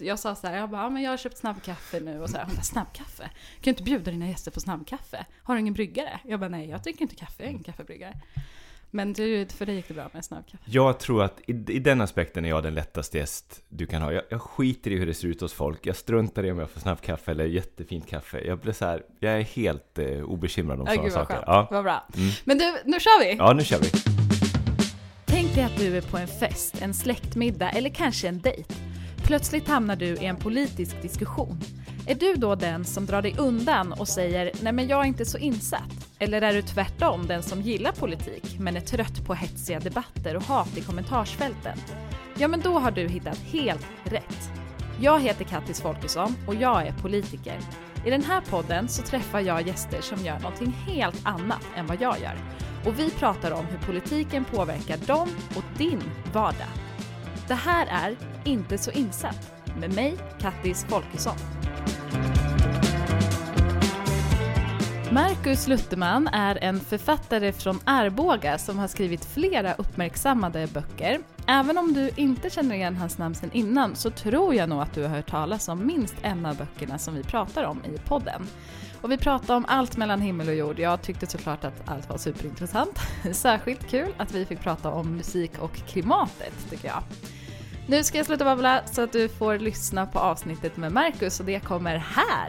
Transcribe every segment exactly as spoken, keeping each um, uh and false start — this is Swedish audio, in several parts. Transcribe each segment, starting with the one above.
jag sa så här, jag bara, men jag har köpt snabbkaffe nu och så här, hon bara, snabbkaffe? Kan du inte bjuda dina gäster på snabbkaffe? Har du ingen bryggare? Jag bara, nej, jag dricker inte kaffe, jag är ingen kaffebryggare. Men du, för dig gick det bra med snabbkaffe. Jag tror att i, i den aspekten är jag den lättaste gäst du kan ha. Jag, jag skiter i hur det ser ut hos folk. Jag struntar i om jag får snabbkaffe eller jättefint kaffe. Jag blir så här, jag är helt eh, obekymrad om ja, sådana gud, vad saker. Skönt. Ja. Vad bra. Mm. Men du, nu kör vi! Ja, nu kör vi. Tänk dig att du är på en fest, en släktmiddag eller kanske en dejt. Plötsligt hamnar du i en politisk diskussion. Är du då den som drar dig undan och säger nej men jag är inte så insatt? Eller är du tvärtom den som gillar politik men är trött på hetsiga debatter och hat i kommentarsfälten? Ja men då har du hittat helt rätt. Jag heter Kattis Folkesson och jag är politiker. I den här podden så träffar jag gäster som gör någonting helt annat än vad jag gör. Och vi pratar om hur politiken påverkar dem och din vardag. Det här är Inte så insatt med mig, Kattis Folkesson. Marcus Lutherman är en författare från Arboga som har skrivit flera uppmärksammade böcker. Även om du inte känner igen hans namn sedan innan så tror jag nog att du har hört talas om minst en av böckerna som vi pratar om i podden. Och vi pratar om allt mellan himmel och jord. Jag tyckte såklart att allt var superintressant. Särskilt kul att vi fick prata om musik och klimatet, tycker jag. Nu ska jag sluta babbla så att du får lyssna på avsnittet med Marcus och det kommer här.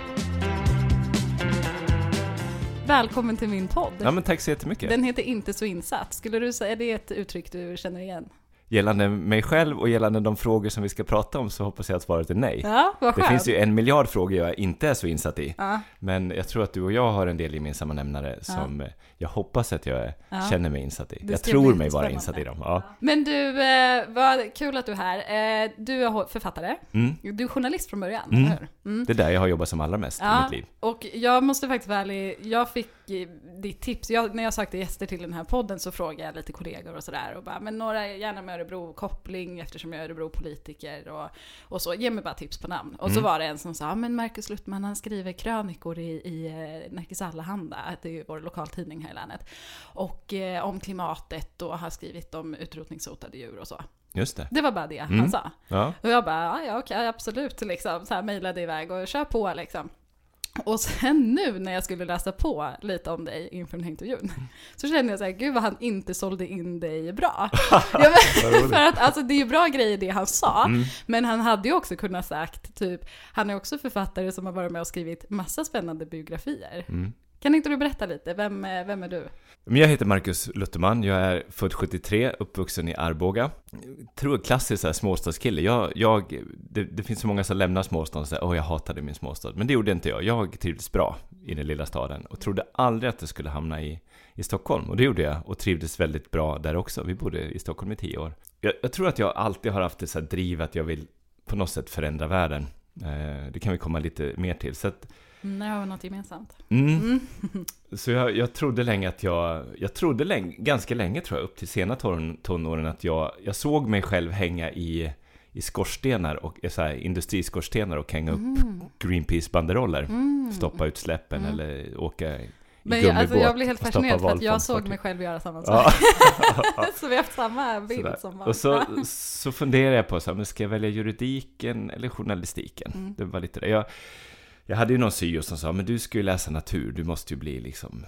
Välkommen till min podd. Ja, men tack så jättemycket. Den heter Inte så insatt. Skulle du säga det är ett uttryck du känner igen? Gällande mig själv och gällande de frågor som vi ska prata om så hoppas jag att svaret är nej. Ja, vad skönt. Det finns ju en miljard frågor jag inte är så insatt i. Ja. Men jag tror att du och jag har en del gemensamma nämnare som ja. jag hoppas att jag ja. känner mig insatt i. Det jag tror mig vara insatt i dem. Ja. Ja. Men du, eh, vad kul att du är här. Eh, du är författare. Mm. Du är journalist från början, mm. eller hur? Mm. Det är där jag har jobbat som allra mest ja. i mitt liv. Och jag måste faktiskt vara ärlig, jag fick ditt tips. Jag, när jag sökte gäster till den här podden så frågade jag lite kollegor och sådär. Och bara, men några gärna med Örebro-koppling eftersom jag är Örebro-politiker och, och så. Ge mig bara tips på namn. Och mm. så var det en som sa, men Marcus Lutherman han skriver krönikor i, i eh, Närkes Allehanda. Det är ju vår lokaltidning här i landet. Och eh, om klimatet och har skrivit om utrotningshotade djur och så. Just det. Det var bara det mm. han sa. Ja. Och jag bara, ja okej, absolut. Liksom. Så här mejlade iväg och kör på liksom. Och sen nu när jag skulle läsa på lite om dig inför den här intervjun så kände jag så här, gud vad han inte sålde in dig bra. Ja, men, för att alltså, det är ju bra grejer det han sa, mm. men han hade ju också kunnat sagt typ, han är också författare som har varit med och skrivit massa spännande biografier. Mm. Kan inte du berätta lite? Vem, vem är du? Jag heter Marcus Lutherman. Jag är född sjuttiotre, uppvuxen i Arboga. Jag tror klassiskt så här småstadskille. Jag, jag, det, det finns så många som lämnar småstaden och säger åh jag hatade min småstad. Men det gjorde inte jag. Jag trivdes bra i den lilla staden och trodde aldrig att det skulle hamna i, i Stockholm. Och det gjorde jag och trivdes väldigt bra där också. Vi bodde i Stockholm i tio år. Jag, jag tror att jag alltid har haft det så här driv att jag vill på något sätt förändra världen. Eh, det kan vi komma lite mer till. Så att nu har vi något gemensamt. Mm. Mm. Så jag, jag trodde länge att jag, jag trodde länge, ganska länge tror jag, upp till sena ton, tonåren att jag, jag såg mig själv hänga i, i skorstenar och så här, industriskorstenar och hänga mm. upp Greenpeace-banderoller, mm. stoppa utsläppen mm. eller åka i Men gummibåt. Alltså jag blev helt fascinerad för att jag såg mig själv göra samma sak. Ja. Så vi har haft samma bild Sådär. Som var. Och så, så funderade jag på, så här, ska jag välja juridiken eller journalistiken? Mm. Det var lite det. Jag, Jag hade ju någon syo som sa, men du ska ju läsa natur, du måste ju bli liksom,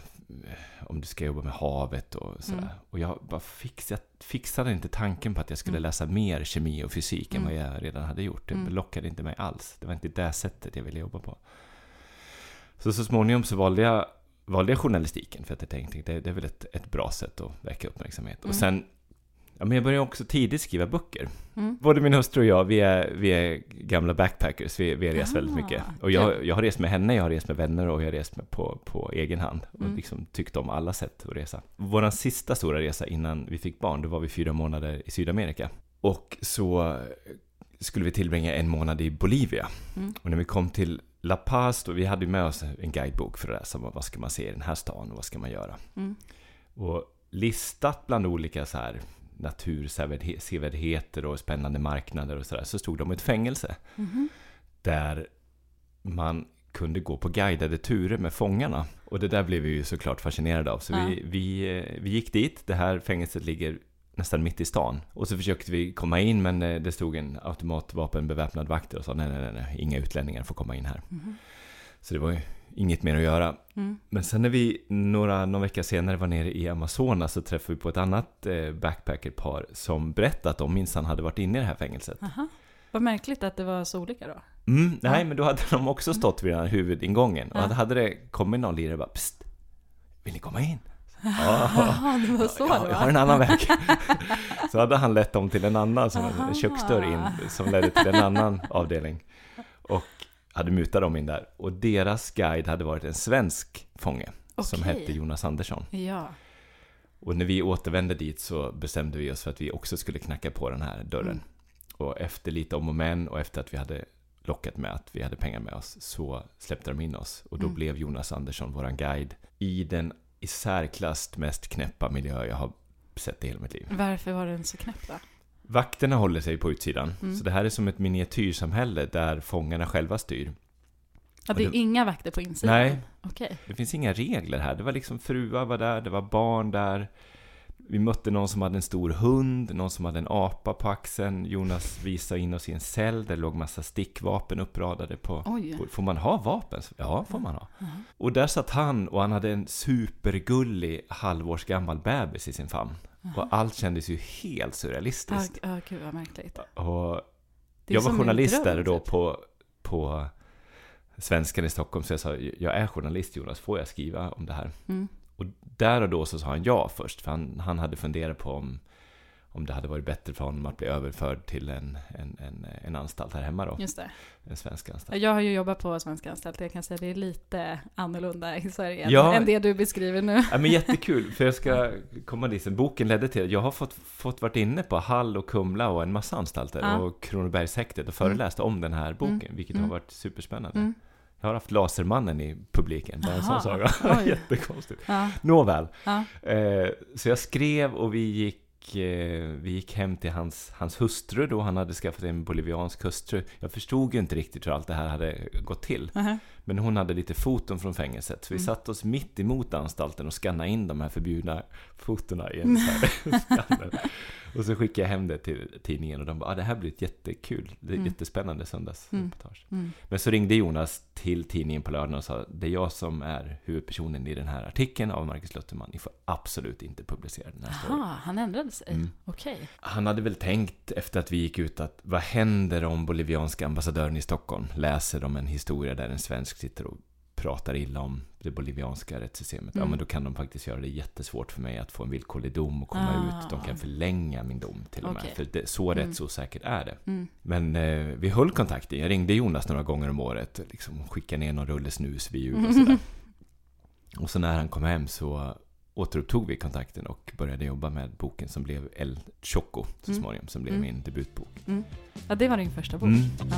om du ska jobba med havet och sådär. Mm. Och jag bara fixade, fixade inte tanken på att jag skulle mm. läsa mer kemi och fysik mm. än vad jag redan hade gjort. Det mm. lockade inte mig alls. Det var inte det sättet jag ville jobba på. Så så småningom så valde jag, valde jag journalistiken för att jag tänkte, det, det är väl ett, ett bra sätt att väcka uppmärksamhet. Mm. Och sen ja, men jag började också tidigt skriva böcker. Mm. Både min hustru och jag, vi är, vi är gamla backpackers. Vi, vi har rest ah, väldigt mycket. Och jag, jag har rest med henne, jag har rest med vänner och jag har rest med på, på egen hand. Och mm. liksom tyckt om alla sätt att resa. Vår sista stora resa innan vi fick barn, då var vi fyra månader i Sydamerika. Och så skulle vi tillbringa en månad i Bolivia. Mm. Och när vi kom till La Paz, då, vi hade med oss en guidebok för det där. Så vad ska man se i den här stan och vad ska man göra? Mm. Och listat bland olika så här natursevärdheter och spännande marknader och sådär, så stod det om ett fängelse mm-hmm. där man kunde gå på guidade turer med fångarna. Och det där blev vi ju såklart fascinerade av. Så ja. vi, vi, vi gick dit. Det här fängelset ligger nästan mitt i stan. Och så försökte vi komma in, men det stod en automatvapenbeväpnad vakter och sa nej, nej, nej, inga utlänningar får komma in här. Mm. Så det var ju inget mer att göra. Mm. Men sen när vi några, några veckor senare var nere i Amazonas så träffade vi på ett annat eh, backpackerpar som berättade att de minsann hade varit inne i det här fängelset. Aha. Vad märkligt att det var så olika då. Mm, nej, ja. Men då hade de också stått vid den här huvudingången. Ja. Och hade det kommit någon lirare och bara, psst, vill ni komma in? Ja, det var så ja, jag har en annan väg. Så hade han lett dem till en annan som en köksdörr in som ledde till en annan avdelning. Och hade mutat dem in där. Och deras guide hade varit en svensk fånge okay. som hette Jonas Andersson. Ja. Och när vi återvände dit så bestämde vi oss för att vi också skulle knacka på den här dörren. Mm. Och efter lite om och men och efter att vi hade lockat med att vi hade pengar med oss så släppte de in oss. Och då mm. blev Jonas Andersson våran guide i den i särklass mest knäppa miljö jag har sett i hela mitt liv. Varför var den så knäpp då? Vakterna håller sig på utsidan. Mm. Så det här är som ett miniatyrsamhälle där fångarna själva styr. Ja, det är det, inga vakter på insidan? Nej, okay. Det finns inga regler här. Det var liksom fruar var där, det var barn där. Vi mötte någon som hade en stor hund, någon som hade en apa på axeln. Jonas visade in oss i en cell där låg massa stickvapen uppradade på. Oj. Får man ha vapen? Ja, får man ha. Uh-huh. Och där satt han och han hade en supergullig halvårsgammal bebis i sin famn. Uh-huh. Och allt kändes ju helt surrealistiskt. Ja, uh, uh, gud vad märkligt. Och jag var journalist där då på, på Svenskan i Stockholm, så jag sa, jag är journalist Jonas, får jag skriva om det här? Mm. Och där och då så sa han ja först, för han, han hade funderat på om, om det hade varit bättre för honom att bli överförd till en, en, en, en anstalt här hemma då. Just det. En svensk anstalt. Jag har ju jobbat på svenska anstalt, jag kan säga att det är lite annorlunda i Sverige ja, än det du beskriver nu. Ja, men jättekul, för jag ska komma dit. Boken ledde till, jag har fått, fått varit inne på Hall och Kumla och en massa anstalter ja. och Kronobergshäktet och föreläst mm. om den här boken, mm. vilket mm. har varit superspännande. Mm. Jag har haft Lasermannen i publiken. Det är en sån saga. Jättekonstigt. Ja. Nåväl. Ja. Eh, så jag skrev och vi gick, eh, vi gick hem till hans, hans hustru då. Han hade skaffat en boliviansk hustru. Jag förstod ju inte riktigt hur allt det här hade gått till. Uh-huh. Men hon hade lite foton från fängelset. Så vi mm. satt oss mitt emot anstalten och skannade in de här förbjudna fotona i en skanner. Och så skickade jag hem det till tidningen och de bara, ah, det här blir ett jättekul, det är mm. jättespännande söndagsreportage. Mm. Mm. Men så ringde Jonas till tidningen på lördagen och sa, det är jag som är huvudpersonen i den här artikeln av Marcus Lutherman. Ni får absolut inte publicera den här storyn. Jaha, han ändrade sig. Mm. Okej. Okay. Han hade väl tänkt efter att vi gick ut att, vad händer om bolivianska ambassadören i Stockholm läser de en historia där en svensk sitter och pratar illa om det bolivianska rättssystemet. Mm. Ja, men då kan de faktiskt göra det jättesvårt för mig att få en villkorlig dom och komma ah. ut. De kan förlänga min dom till och okay. med. För det, så mm. rättsosäkert är det. Mm. Men eh, vi höll kontakten. Jag ringde Jonas några gånger om året. Liksom skickade ner någon rulle snus vid jul och sådär. Och så när han kom hem så återupptog vi kontakten och började jobba med boken som blev El Choco så mm. småningom, som blev mm. min debutbok. Mm. Ja, det var din första bok. Mm. Ja.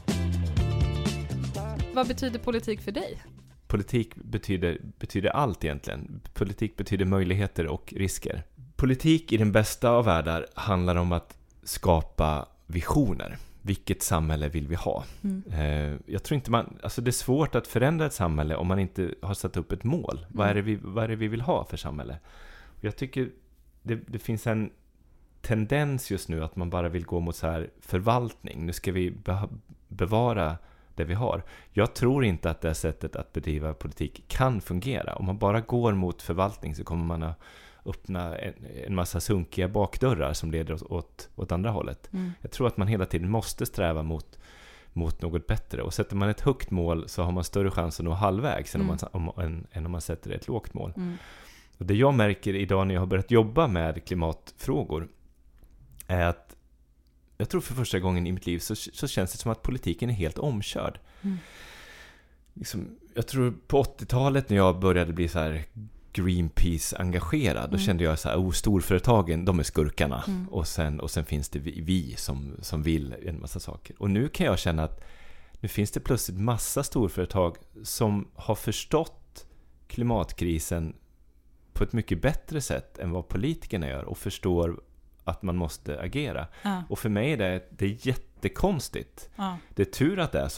Vad betyder politik för dig? Politik betyder, betyder allt egentligen. Politik betyder möjligheter och risker. Politik i den bästa av världar handlar om att skapa visioner. Vilket samhälle vill vi ha? Mm. Eh, jag tror inte man, alltså det är svårt att förändra ett samhälle om man inte har satt upp ett mål. Mm. Vad är det vi, vad är det vi vill ha för samhälle? Jag tycker det, det finns en tendens just nu att man bara vill gå mot så här förvaltning. Nu ska vi be, bevara det vi har. Jag tror inte att det här sättet att bedriva politik kan fungera. Om man bara går mot förvaltning så kommer man att öppna en, en massa sunkiga bakdörrar som leder åt, åt, åt andra hållet. Mm. Jag tror att man hela tiden måste sträva mot, mot något bättre. Och sätter man ett högt mål så har man större chans att nå halvvägs mm. än, om man, om, än, än om man sätter ett lågt mål. Mm. Och det jag märker idag när jag har börjat jobba med klimatfrågor är att jag tror för första gången i mitt liv så, så känns det som att politiken är helt omkörd. Mm. Liksom, jag tror på åttiotalet när jag började bli så här Greenpeace-engagerad, mm. då kände jag så här, oh, storföretagen, de är skurkarna. Mm. Och, sen, och sen finns det vi, vi som, som vill en massa saker. Och nu kan jag känna att nu finns det plötsligt massa storföretag som har förstått klimatkrisen på ett mycket bättre sätt än vad politikerna gör och förstår att man måste agera. Ja. Och för mig är det, det är jättekonstigt. Ja. Det är tur att det är så.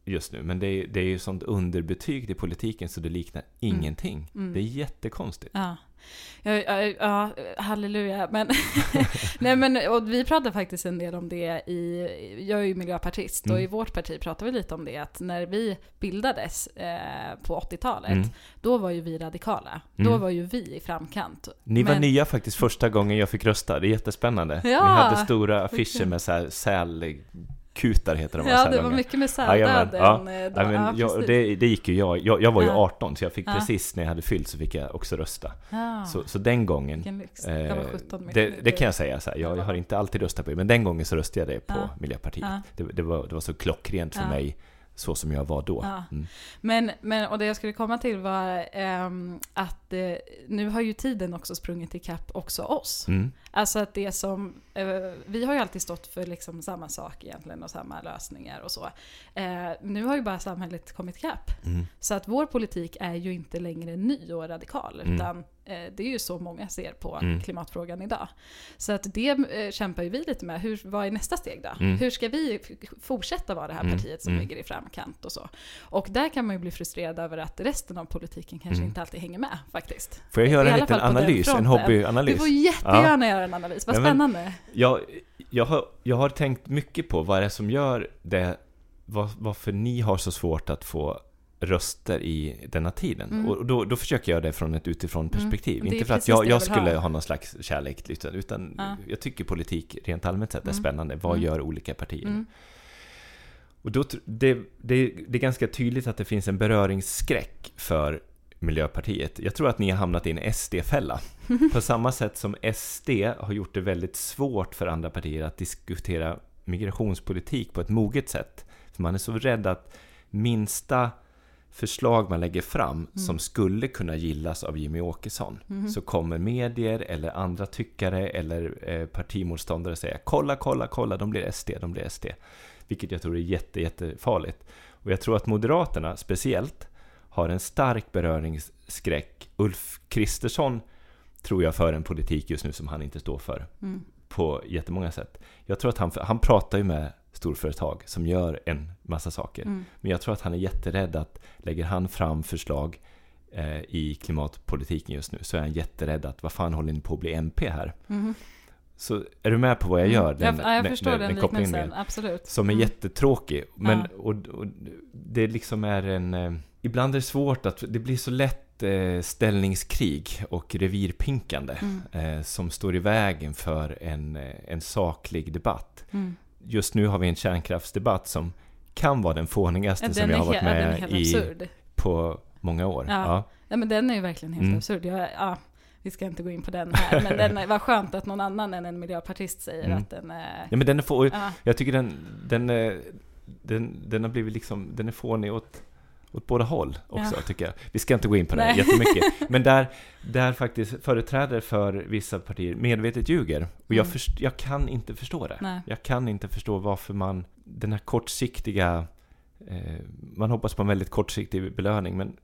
just nu. Men det är, det är ju sånt underbetyg till politiken så det liknar mm. ingenting. Mm. Det är jättekonstigt. Ja. Ja, ja, ja, halleluja. Men, nej, men, och vi pratar faktiskt en del om det i, jag är ju miljöpartist mm. och i vårt parti pratar vi lite om det att när vi bildades eh, på åttiotalet mm. då var ju vi radikala. Mm. Då var ju vi i framkant. Ni var men... nya faktiskt första gången jag fick rösta. Det är jättespännande. Ja, ni hade stora affischer med så här säl... kutar heter de. Ja, det var mycket med säldöden. Ja, ja. ja, men ja, det, det gick ju jag. Jag, jag var ju ja. arton så jag fick ja. precis när jag hade fyllt så fick jag också rösta. Ja. Så, så den gången eh, jag var sjutton det, det kan jag säga så här, jag, jag har inte alltid röstat på det, men den gången så röstade jag på ja. Miljöpartiet. Ja. Det, det, var, det var så klockrent för ja. mig så som jag var då. Ja. Mm. Men, men, och det jag skulle komma till var um, att uh, nu har ju tiden också sprungit i kapp också oss. Mm. Alltså att det som, uh, vi har ju alltid stått för liksom samma sak egentligen och samma lösningar och så. Uh, nu har ju bara samhället kommit i kapp. Mm. Så att vår politik är ju inte längre ny och radikal mm. utan det är ju så många ser på mm. klimatfrågan idag. Så att det eh, kämpar ju vi lite med. Hur, vad är nästa steg då? Mm. Hur ska vi f- fortsätta vara det här partiet som mm. ligger i framkant och så? Och där kan man ju bli frustrerad över att resten av politiken kanske mm. inte alltid hänger med faktiskt. Får jag göra en liten analys, en hobbyanalys? Du får jättegärna ja. göra en analys. Vad ja, spännande. Jag, jag, har, jag har tänkt mycket på vad det är som gör det, var, varför ni har så svårt att få röster i denna tiden. Mm. Och då, då försöker jag det från ett utifrån perspektiv. Mm. Inte för att jag, jag, jag skulle ha. ha någon slags kärlek, utan, utan ja. jag tycker politik rent allmänt sett är mm. spännande. Vad mm. gör olika partier? Mm. Och då, det, det, det är ganska tydligt att det finns en beröringsskräck för Miljöpartiet. Jag tror att ni har hamnat i en S D-fälla. På samma sätt som S D har gjort det väldigt svårt för andra partier att diskutera migrationspolitik på ett moget sätt. För man är så rädd att minsta förslag man lägger fram mm. som skulle kunna gillas av Jimmy Åkesson mm. så kommer medier eller andra tyckare eller eh, partimotståndare säga kolla, kolla, kolla, de blir S D, de blir S D. Vilket jag tror är jätte, jättefarligt. Och jag tror att Moderaterna speciellt har en stark beröringsskräck. Ulf Kristersson tror jag för en politik just nu som han inte står för mm. på jättemånga sätt. Jag tror att han, han pratar ju med storföretag som gör en massa saker. Mm. Men jag tror att han är jätterädd att lägger han fram förslag eh, i klimatpolitiken just nu så är han jätterädd att vad fan håller ni på att bli M P här? Mm. Så är du med på vad jag gör? Mm. Den, jag, jag förstår den, den liknelsen, absolut. Som är mm. jättetråkig. Men, ja. och, och det liksom är en... Eh, ibland är det svårt att... Det blir så lätt eh, ställningskrig och revirpinkande mm. eh, som står i vägen för en, en saklig debatt. Mm. Just nu har vi en kärnkraftsdebatt som kan vara den fånigaste ja, den som jag har varit med i absurd. På många år. Ja. Ja. ja, men den är ju verkligen helt mm. absurd. Jag, ja, vi ska inte gå in på den här, men den var skönt att någon annan än en miljöpartist säger mm. att den är... Ja, men den är få, ja. Jag tycker den, den, den, den har blivit liksom, den är fånig åt, åt båda håll också, ja. tycker jag. Vi ska inte gå in på det här jättemycket. Men där, där faktiskt företrädare för vissa partier medvetet ljuger. Och mm. jag, först, jag kan inte förstå det. Nej. Jag kan inte förstå varför man, den här kortsiktiga, eh, man hoppas på en väldigt kortsiktig belöning, men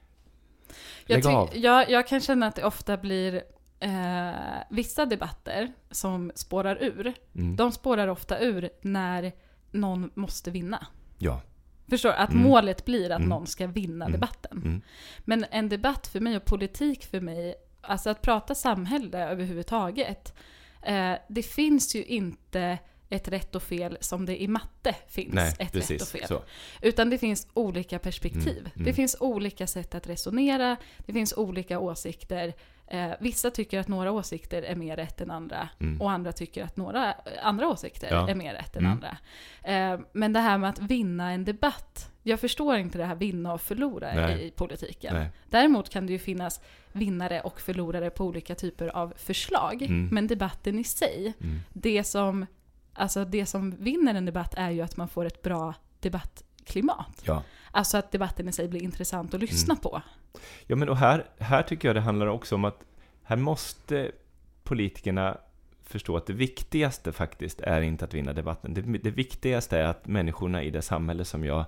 jag, ty- jag, jag kan känna att det ofta blir eh, vissa debatter som spårar ur. Mm. De spårar ofta ur när någon måste vinna. Ja. Förstår att mm. målet blir att mm. någon ska vinna mm. debatten. Mm. Men en debatt för mig och politik för mig, alltså att prata samhälle överhuvudtaget, eh, det finns ju inte ett rätt och fel som det i matte finns. Nej, ett precis, rätt och fel. Så. Utan det finns olika perspektiv. Mm, mm. Det finns olika sätt att resonera. Det finns olika åsikter. Eh, vissa tycker att några åsikter är mer rätt än andra. Mm. Och andra tycker att några andra åsikter ja. är mer rätt än mm. andra. Eh, men det här med att vinna en debatt. Jag förstår inte det här vinna och förlora Nej. i politiken. Nej. Däremot kan det ju finnas vinnare och förlorare på olika typer av förslag. Mm. Men debatten i sig, mm. det som Alltså det som vinner en debatt är ju att man får ett bra debattklimat. Ja. Alltså att debatten i sig blir intressant att lyssna mm. på. Ja, men och här, här tycker jag det handlar också om att här måste politikerna förstå att det viktigaste faktiskt är inte att vinna debatten. Det, det viktigaste är att människorna i det samhälle som jag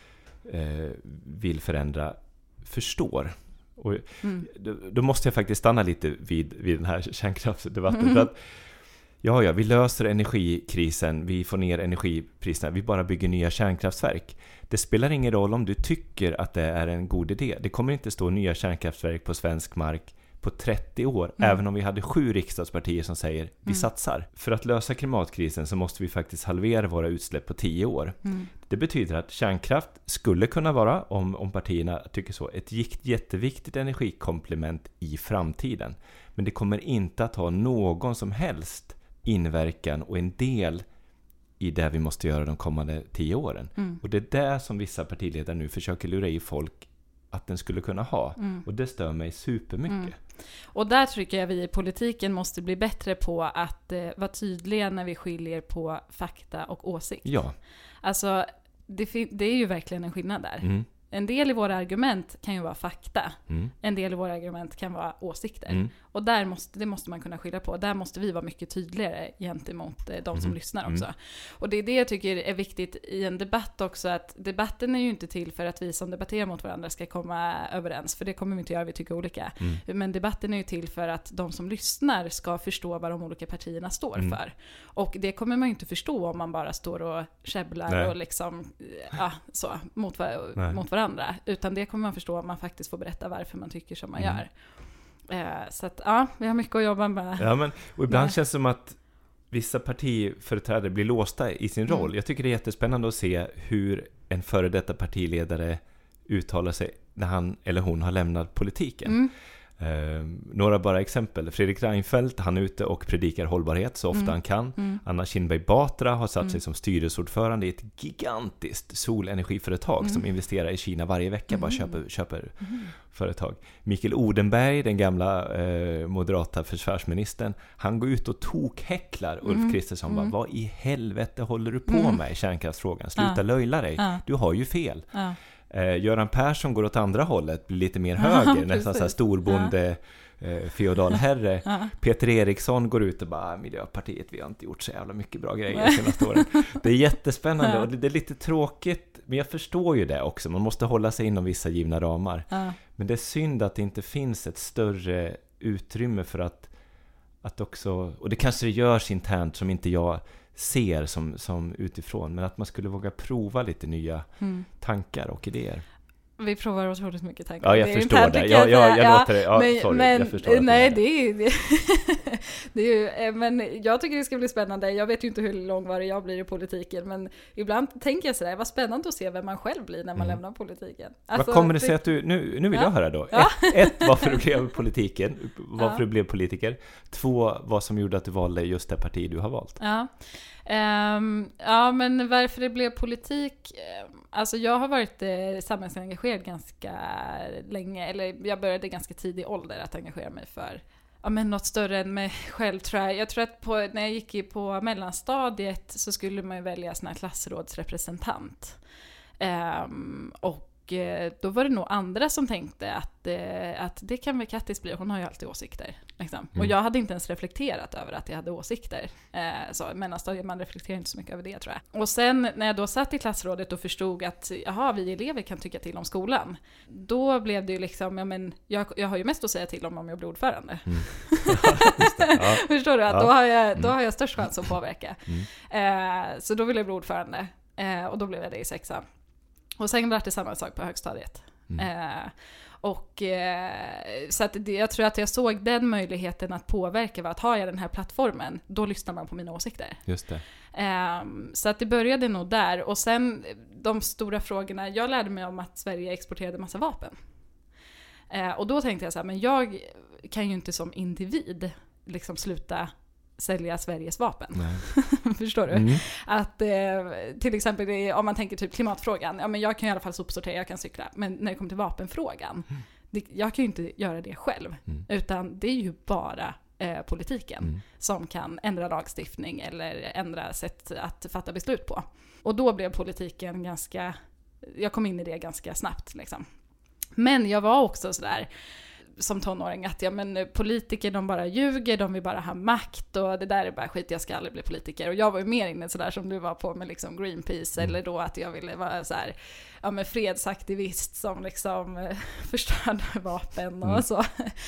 eh, vill förändra förstår. Och mm. då, då måste jag faktiskt stanna lite vid, vid den här kärnkraftsdebatten. Mm. För att ja, ja, vi löser energikrisen, vi får ner energipriserna, vi bara bygger nya kärnkraftverk. Det spelar ingen roll om du tycker att det är en god idé. Det kommer inte stå nya kärnkraftverk på svensk mark på trettio år, mm. även om vi hade sju riksdagspartier som säger vi mm. satsar. För att lösa klimatkrisen så måste vi faktiskt halvera våra utsläpp på tio år. Mm. Det betyder att kärnkraft skulle kunna vara, om, om partierna tycker så, ett jätteviktigt energikomplement i framtiden. Men det kommer inte att ha någon som helst inverkan och en del i det vi måste göra de kommande tio åren. Mm. Och det är det som vissa partiledare nu försöker lura i folk att den skulle kunna ha. Mm. Och det stör mig supermycket. Mm. Och där tycker jag vi i politiken måste bli bättre på att eh, vara tydliga när vi skiljer på fakta och åsikt. Ja. Alltså, det, det är ju verkligen en skillnad där. Mm. En del i våra argument kan ju vara fakta. Mm. En del i våra argument kan vara åsikter. Mm. Och där måste, det måste man kunna skilja på. Där måste vi vara mycket tydligare gentemot de som mm. lyssnar också. Mm. Och det är det jag tycker är viktigt i en debatt också. Att debatten är ju inte till för att vi som debatterar mot varandra ska komma överens. För det kommer vi inte göra, vi tycker olika. Mm. Men debatten är ju till för att de som lyssnar ska förstå vad de olika partierna står mm. för. Och det kommer man ju inte förstå om man bara står och käbblar Nej. och liksom ja, så, mot, mot varandra. Utan det kommer man förstå om man faktiskt får berätta varför man tycker som man mm. gör. Eh, så att ja, vi har mycket att jobba med. Ja, men, och ibland med. Känns det som att vissa partiföreträdare blir låsta i sin roll. Mm. Jag tycker det är jättespännande att se hur en före detta partiledare uttalar sig när han eller hon har lämnat politiken. Mm. Eh, några bara exempel. Fredrik Reinfeldt, han är ute och predikar hållbarhet så ofta mm. han kan. Mm. Anna Kinberg Batra har satt mm. sig som styrelseordförande i ett gigantiskt solenergiföretag mm. som investerar i Kina varje vecka, mm. bara köper, köper mm. företag. Mikael Odenberg, den gamla eh, moderata försvarsministern, han går ut och tokhäcklar Ulf mm. Kristersson. Mm. Bara, vad i helvete håller du på mm. med i kärnkraftsfrågan? Sluta ja. löjla dig. Ja. Du har ju fel. Ja. Eh, Göran Persson går åt andra hållet, blir lite mer höger, ja, nästan så här storbonde, ja. eh, feodalherre. Ja. Peter Eriksson går ut och bara, Miljöpartiet, vi har inte gjort så jävla mycket bra grejer de senaste åren. Det är jättespännande ja. och det, det är lite tråkigt, men jag förstår ju det också. Man måste hålla sig inom vissa givna ramar. Ja. Men det är synd att det inte finns ett större utrymme för att, att också, och det kanske det görs internt som inte jag ser som, som utifrån, men att man skulle våga prova lite nya mm. tankar och idéer. Vi provar otroligt mycket tankar. Ja, jag det förstår det. Ja, ja, jag ja, låter det. Ja, men, sorry, men, jag förstår nej, det är, det, det är ju, men jag tycker det ska bli spännande. Jag vet ju inte hur långvarig jag blir i politiken, men ibland tänker jag sådär, vad spännande att se vem man själv blir när man mm. lämnar politiken. Alltså, vad kommer det sig att du, nu, nu vill ja. jag höra då. Ja. Ett, ett, varför du blev politiken, varför ja. du blev politiker. Två, vad som gjorde att du valde just det parti du har valt. Ja. Um, ja, men varför det blev politik, alltså jag har varit eh, samhällsengagerad ganska länge, eller jag började ganska tidig ålder att engagera mig för ja, men något större än mig själv, tror jag. Jag tror att på, när jag gick på mellanstadiet så skulle man ju välja sån här klassrådsrepresentant um, och då var det nog andra som tänkte att, eh, att det kan väl Kattis bli, hon har ju alltid åsikter. Liksom. Mm. Och jag hade inte ens reflekterat över att jag hade åsikter. Eh, så, mellanstadiet, man reflekterar inte så mycket över det, tror jag. Och sen när jag då satt i klassrådet och förstod att jaha, vi elever kan tycka till om skolan. Då blev det ju liksom, ja, men, jag, jag har ju mest att säga till om om jag blir ordförande. Mm. Ja. Förstår du? Att ja. då, har jag, då har jag störst chans att påverka. Mm. Eh, så då ville jag bli ordförande. Eh, och då blev jag det i sexan. Och sen var det samma sak på högstadiet. Mm. Eh, och eh, så att det, jag tror att jag såg den möjligheten att påverka, var att ha jag den här plattformen, då lyssnar man på mina åsikter. Just det. Eh, så att det började nog där. Och sen de stora frågorna, jag lärde mig om att Sverige exporterade massa vapen. Eh, och då tänkte jag så här, men jag kan ju inte som individ liksom sluta sälja Sveriges vapen. Förstår du? Mm. Att eh, till exempel om man tänker typ klimatfrågan, ja men jag kan i alla fall sopsortera, jag kan cykla, men när det kommer till vapenfrågan, mm. det, jag kan ju inte göra det själv, mm. utan det är ju bara eh, politiken mm. som kan ändra lagstiftning eller ändra sätt att fatta beslut på. Och då blev politiken ganska, jag kom in i det ganska snabbt liksom. Men jag var också sådär, som tonåring att ja, men politiker de bara ljuger, de vill bara ha makt och det där är bara skit, jag ska aldrig bli politiker. Och jag var ju mer inne sådär som du var på med liksom Greenpeace, mm. eller då att jag ville vara så här, ja, men fredsaktivist som liksom förstörde vapen och mm. så.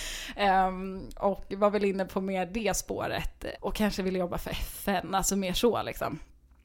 um, och var väl inne på mer det spåret och kanske ville jobba för F N, alltså mer så liksom.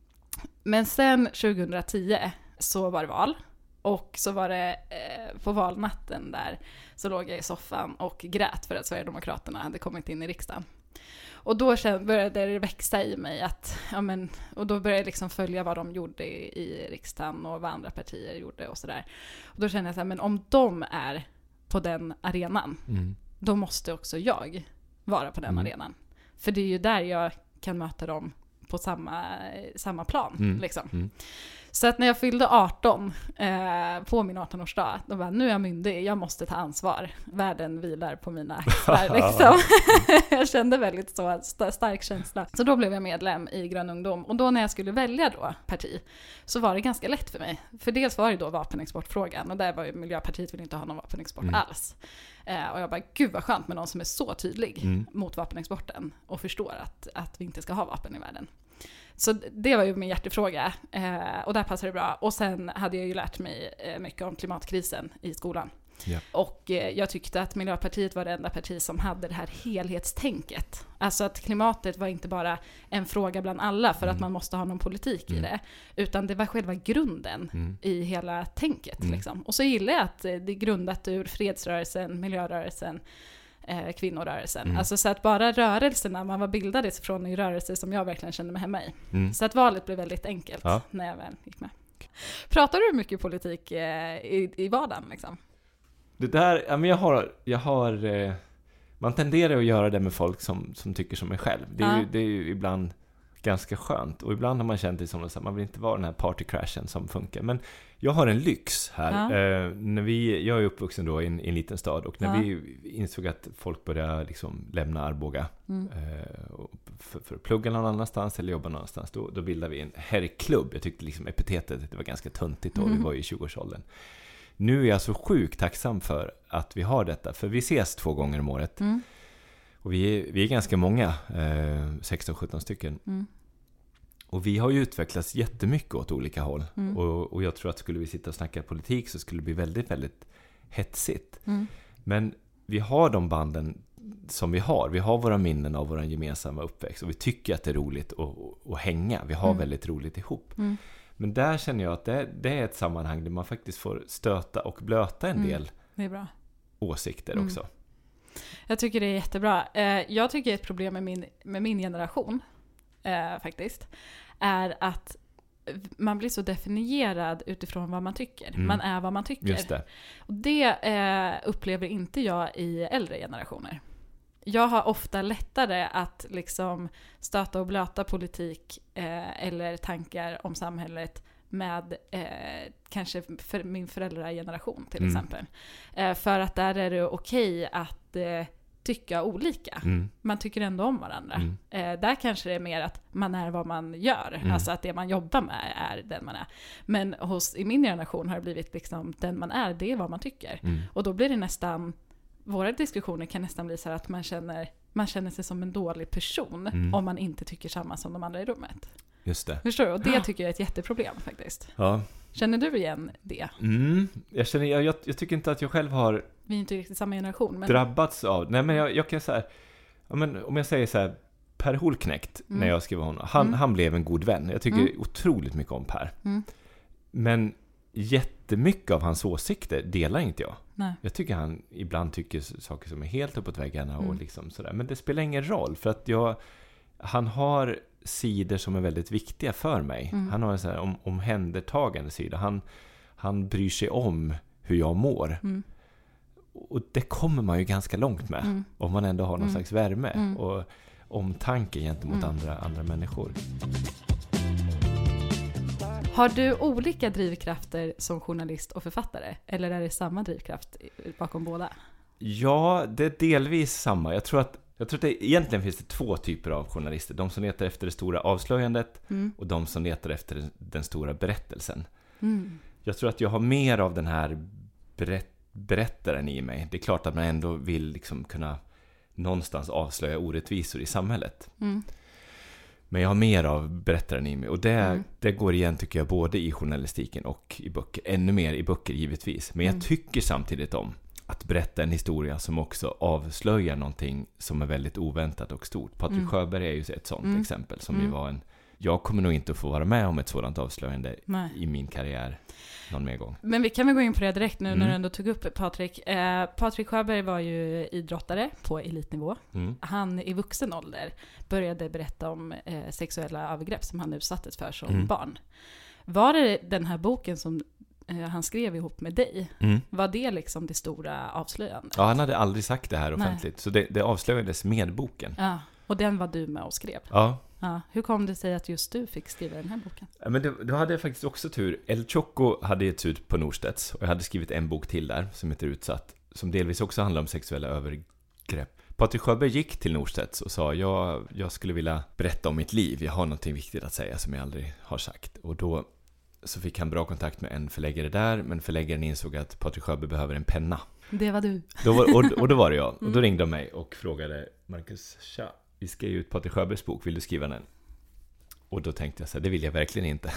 Men sen tjugohundratio så var det val. Och så var det eh, på valnatten där så låg jag i soffan och grät för att Sverigedemokraterna hade kommit in i riksdagen. Och då började det växa i mig att, ja men, och då började jag liksom följa vad de gjorde i, i riksdagen och vad andra partier gjorde och sådär. Och då kände jag så här, men om de är på den arenan, mm. då måste också jag vara på den mm. arenan. För det är ju där jag kan möta dem på samma, samma plan. Mm. Liksom. Mm. Så att när jag fyllde arton eh, på min arton-årsdag, då var nu är jag myndig, jag måste ta ansvar. Världen vilar på mina axlar. Liksom. Jag kände väldigt så st- stark känsla. Så då blev jag medlem i Grön ungdom. Och då när jag skulle välja då parti så var det ganska lätt för mig. För dels var det då vapenexportfrågan och där var ju Miljöpartiet vill inte ha någon vapenexport mm. alls. Eh, och jag bara, gud vad skönt med någon som är så tydlig mm. mot vapenexporten och förstår att, att vi inte ska ha vapen i världen. Så det var ju min hjärtefråga eh, och där passade det bra. Och sen hade jag ju lärt mig eh, mycket om klimatkrisen i skolan. Yeah. Och eh, jag tyckte att Miljöpartiet var det enda parti som hade det här helhetstänket. Alltså att klimatet var inte bara en fråga bland alla för mm. att man måste ha någon politik mm. i det. Utan det var själva grunden mm. i hela tänket. Mm. Liksom. Och så gillar jag att det är grundat ur fredsrörelsen, miljörörelsen, Eh, kvinnorörelsen. Mm. Alltså så att bara rörelserna, man var bildades från en rörelse som jag verkligen kände mig hemma i. Mm. Så att valet blev väldigt enkelt ja. när jag väl gick med. Pratar du mycket politik eh, i, i vardagen liksom? Det där, ja men jag har, jag har eh, man tenderar att göra det med folk som, som tycker som mig själv. Det är, ja. ju, det är ju ibland ganska skönt och ibland har man känt det som att man vill inte vara den här partycrashen som funkar. Men jag har en lyx här. Ja. Eh, när vi, jag är uppvuxen då i en, i en liten stad och när ja. vi insåg att folk började liksom lämna Arboga mm. eh, för, för att plugga någon annanstans eller jobba någonstans, då, då bildade vi en herrklubb. Jag tyckte liksom epitetet det var ganska töntigt då, mm. vi var ju i tjugoårsåldern. Nu är jag så sjukt tacksam för att vi har detta, för vi ses två gånger om året. Mm. Och vi är, vi är ganska många, eh, sexton sjutton stycken. Mm. Och vi har ju utvecklats jättemycket åt olika håll. Mm. Och, och jag tror att skulle vi sitta och snacka politik så skulle det bli väldigt, väldigt hetsigt. Mm. Men vi har de banden som vi har. Vi har våra minnen av våra gemensamma uppväxt. Och vi tycker att det är roligt att, att, att hänga. Vi har mm. väldigt roligt ihop. Mm. Men där känner jag att det, det är ett sammanhang där man faktiskt får stöta och blöta en mm. del det är bra. åsikter mm. också. Jag tycker det är jättebra. Jag tycker ett problem med min, med min generation eh, faktiskt är att man blir så definierad utifrån vad man tycker. Mm. Man är vad man tycker. Just det. Och det eh, upplever inte jag i äldre generationer. Jag har ofta lättare att liksom stöta och blöta politik eh, eller tankar om samhället med eh, kanske för min föräldrageneration till mm. exempel. Eh, för att där är det okej att eh, tycka olika. Mm. Man tycker ändå om varandra. Mm. Eh, där kanske det är mer att man är vad man gör. Mm. Alltså att det man jobbar med är den man är. Men hos, i min generation har det blivit liksom den man är, det är vad man tycker. Mm. Och då blir det nästan, våra diskussioner kan nästan bli så här att man känner, man känner sig som en dålig person mm. om man inte tycker samma som de andra i rummet. Just det. Förstår du? Och det tycker jag är ett jätteproblem faktiskt. Ja. Känner du igen det? Mm. Jag, känner, jag, jag, jag tycker inte att jag själv har vi är inte riktigt samma generation. Men drabbats av. Nej, men jag, jag kan säga, ja, men om jag säger så här, Per Holknekt, mm. när jag skrev honom, han, mm. han blev en god vän. Jag tycker mm. otroligt mycket om Per. Mm. Men jättemycket av hans åsikter delar inte jag. Nej. Jag tycker han ibland tycker saker som är helt uppåt väggarna mm. och liksom sådär. Men det spelar ingen roll, för att jag, han har sidor som är väldigt viktiga för mig. Mm. Han har en sån här om, omhändertagande sida. Han, han bryr sig om hur jag mår. Mm. Och det kommer man ju ganska långt med. Mm. Om man ändå har någon mm. slags värme. Mm. Och omtanke gentemot mm. andra, andra människor. Har du olika drivkrafter som journalist och författare? Eller är det samma drivkraft bakom båda? Ja, det är delvis samma. Jag tror att Jag tror att det, egentligen finns det två typer av journalister. De som letar efter det stora avslöjandet mm. och de som letar efter den stora berättelsen. Mm. Jag tror att jag har mer av den här berätt, berättaren i mig. Det är klart att man ändå vill liksom kunna någonstans avslöja orättvisor i samhället. Mm. Men jag har mer av berättaren i mig. Och det, Mm. det går igen tycker jag både i journalistiken och i böcker. Ännu mer i böcker givetvis. Men jag Mm. tycker samtidigt om att berätta en historia som också avslöjar någonting som är väldigt oväntat och stort. Patrik Mm. Sjöberg är ju ett sånt Mm. exempel som Mm. ju var en... Jag kommer nog inte att få vara med om ett sådant avslöjande Nej. i min karriär någon mer gång. Men vi kan väl gå in på det direkt nu Mm. när du ändå tog upp Patrik. Eh, Patrik Sjöberg var ju idrottare på elitnivå. Mm. Han i vuxen ålder började berätta om eh, sexuella övergrepp som han utsattes för som Mm. barn. Var det den här boken som eh, han skrev ihop med dig? Mm. Var det liksom det stora avslöjandet? Ja, han hade aldrig sagt det här offentligt. Nej. Så det, det avslöjades med boken. Ja, och den var du med och skrev. Ja. Ja. Hur kom det sig att just du fick skriva den här boken? Ja, men det, då hade jag faktiskt också tur. El Choco hade getts ut på Norstedts och jag hade skrivit en bok till där som heter Utsatt, som delvis också handlar om sexuella övergrepp. Patrik Sjöberg gick till Norstedts och sa jag, jag skulle vilja berätta om mitt liv. Jag har någonting viktigt att säga som jag aldrig har sagt. Och då så fick han bra kontakt med en förläggare där, men förläggaren insåg att Patrik Sjöberg behöver en penna. Det var du. Då var, och, och då var det jag. Och då Mm. ringde de mig och frågade Marcus, tja, vi ska ge ut Patrik Sjöbergs bok, vill du skriva den? Och då tänkte jag så här, det vill jag verkligen inte.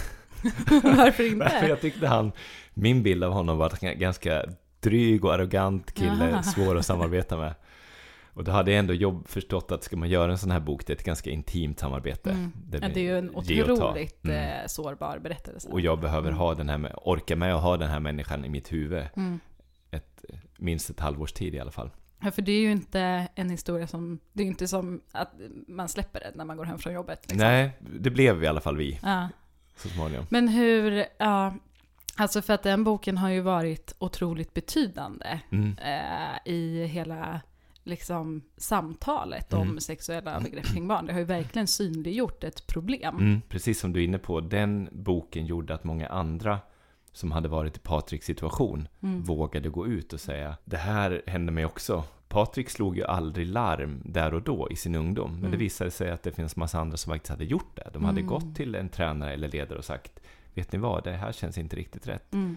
Varför inte? För jag tyckte han, min bild av honom var en ganska dryg och arrogant kille, Jaha. svår att samarbeta med. Och då hade jag ändå jobb förstått att ska man göra en sån här bok, det är ett ganska intimt samarbete. Mm. Det, Ja, det är ju en ge och ta. otroligt Mm. eh, sårbar berättelse. Och jag behöver Mm. ha den här, med, orka med att ha den här människan i mitt huvud. Mm. Ett, minst ett halvårs tid i alla fall. Ja, för det är ju inte en historia som, det är ju inte som att man släpper det när man går hem från jobbet. Liksom. Nej, det blev i alla fall vi Ja. så småningom. Men hur, ja, alltså för att den boken har ju varit otroligt betydande Mm. eh, i hela liksom samtalet Mm. om sexuella övergrepp kring barn. Det har ju verkligen synliggjort ett problem. Mm, precis som du är inne på, den boken gjorde att många andra som hade varit i Patriks situation Mm. vågade gå ut och säga, det här hände mig också. Patrik slog ju aldrig larm där och då i sin ungdom, men Mm. det visade sig att det finns massa andra som faktiskt hade gjort det. De hade Mm. gått till en tränare eller ledare och sagt, vet ni vad, det här känns inte riktigt rätt. Mm.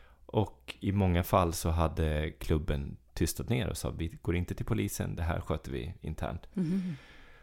Och i många fall så hade klubben tystat ner och sa, vi går inte till polisen, det här sköter vi internt. Mm.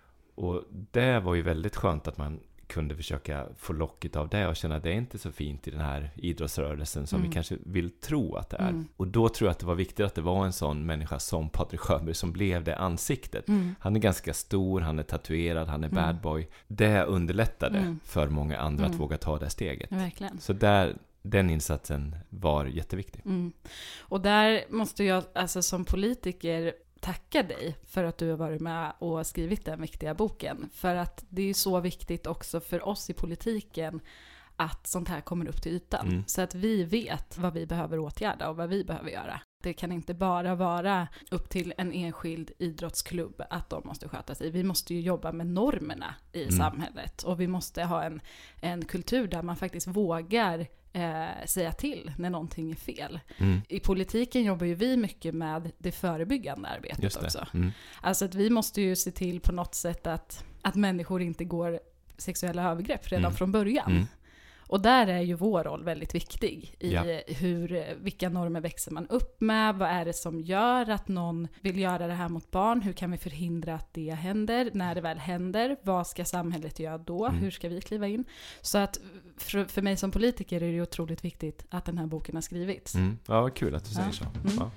Och det var ju väldigt skönt att man kunde försöka få locket av det och känna att det är inte så fint i den här idrottsrörelsen som Mm. vi kanske vill tro att det är. Mm. Och då tror jag att det var viktigt att det var en sån människa som Patrik Sjöberg som blev det ansiktet. Mm. Han är ganska stor, han är tatuerad, han är Mm. bad boy. Det underlättade Mm. för många andra Mm. att våga ta det steget. Ja, verkligen. Så där, den insatsen var jätteviktig. Mm. Och där måste jag alltså som politiker tacka dig för att du har varit med och skrivit den viktiga boken. För att det är så viktigt också för oss i politiken att sånt här kommer upp till ytan. Mm. Så att vi vet vad vi behöver åtgärda och vad vi behöver göra. Det kan inte bara vara upp till en enskild idrottsklubb att de måste sköta sig. Vi måste ju jobba med normerna i Mm. samhället. Och vi måste ha en, en kultur där man faktiskt vågar eh, säga till när någonting är fel. Mm. I politiken jobbar ju vi mycket med det förebyggande arbetet Just det. också. Mm. Alltså att vi måste ju se till på något sätt att, att människor inte går sexuella övergrepp redan Mm. från början. Mm. Och där är ju vår roll väldigt viktig i Ja. hur, vilka normer växer man upp med, vad är det som gör att någon vill göra det här mot barn, hur kan vi förhindra att det händer, när det väl händer, vad ska samhället göra då, Mm. hur ska vi kliva in? Så att för, för mig som politiker är det otroligt viktigt att den här boken har skrivits. Mm. Ja, vad kul att du säger Ja. så. Mm. Ja.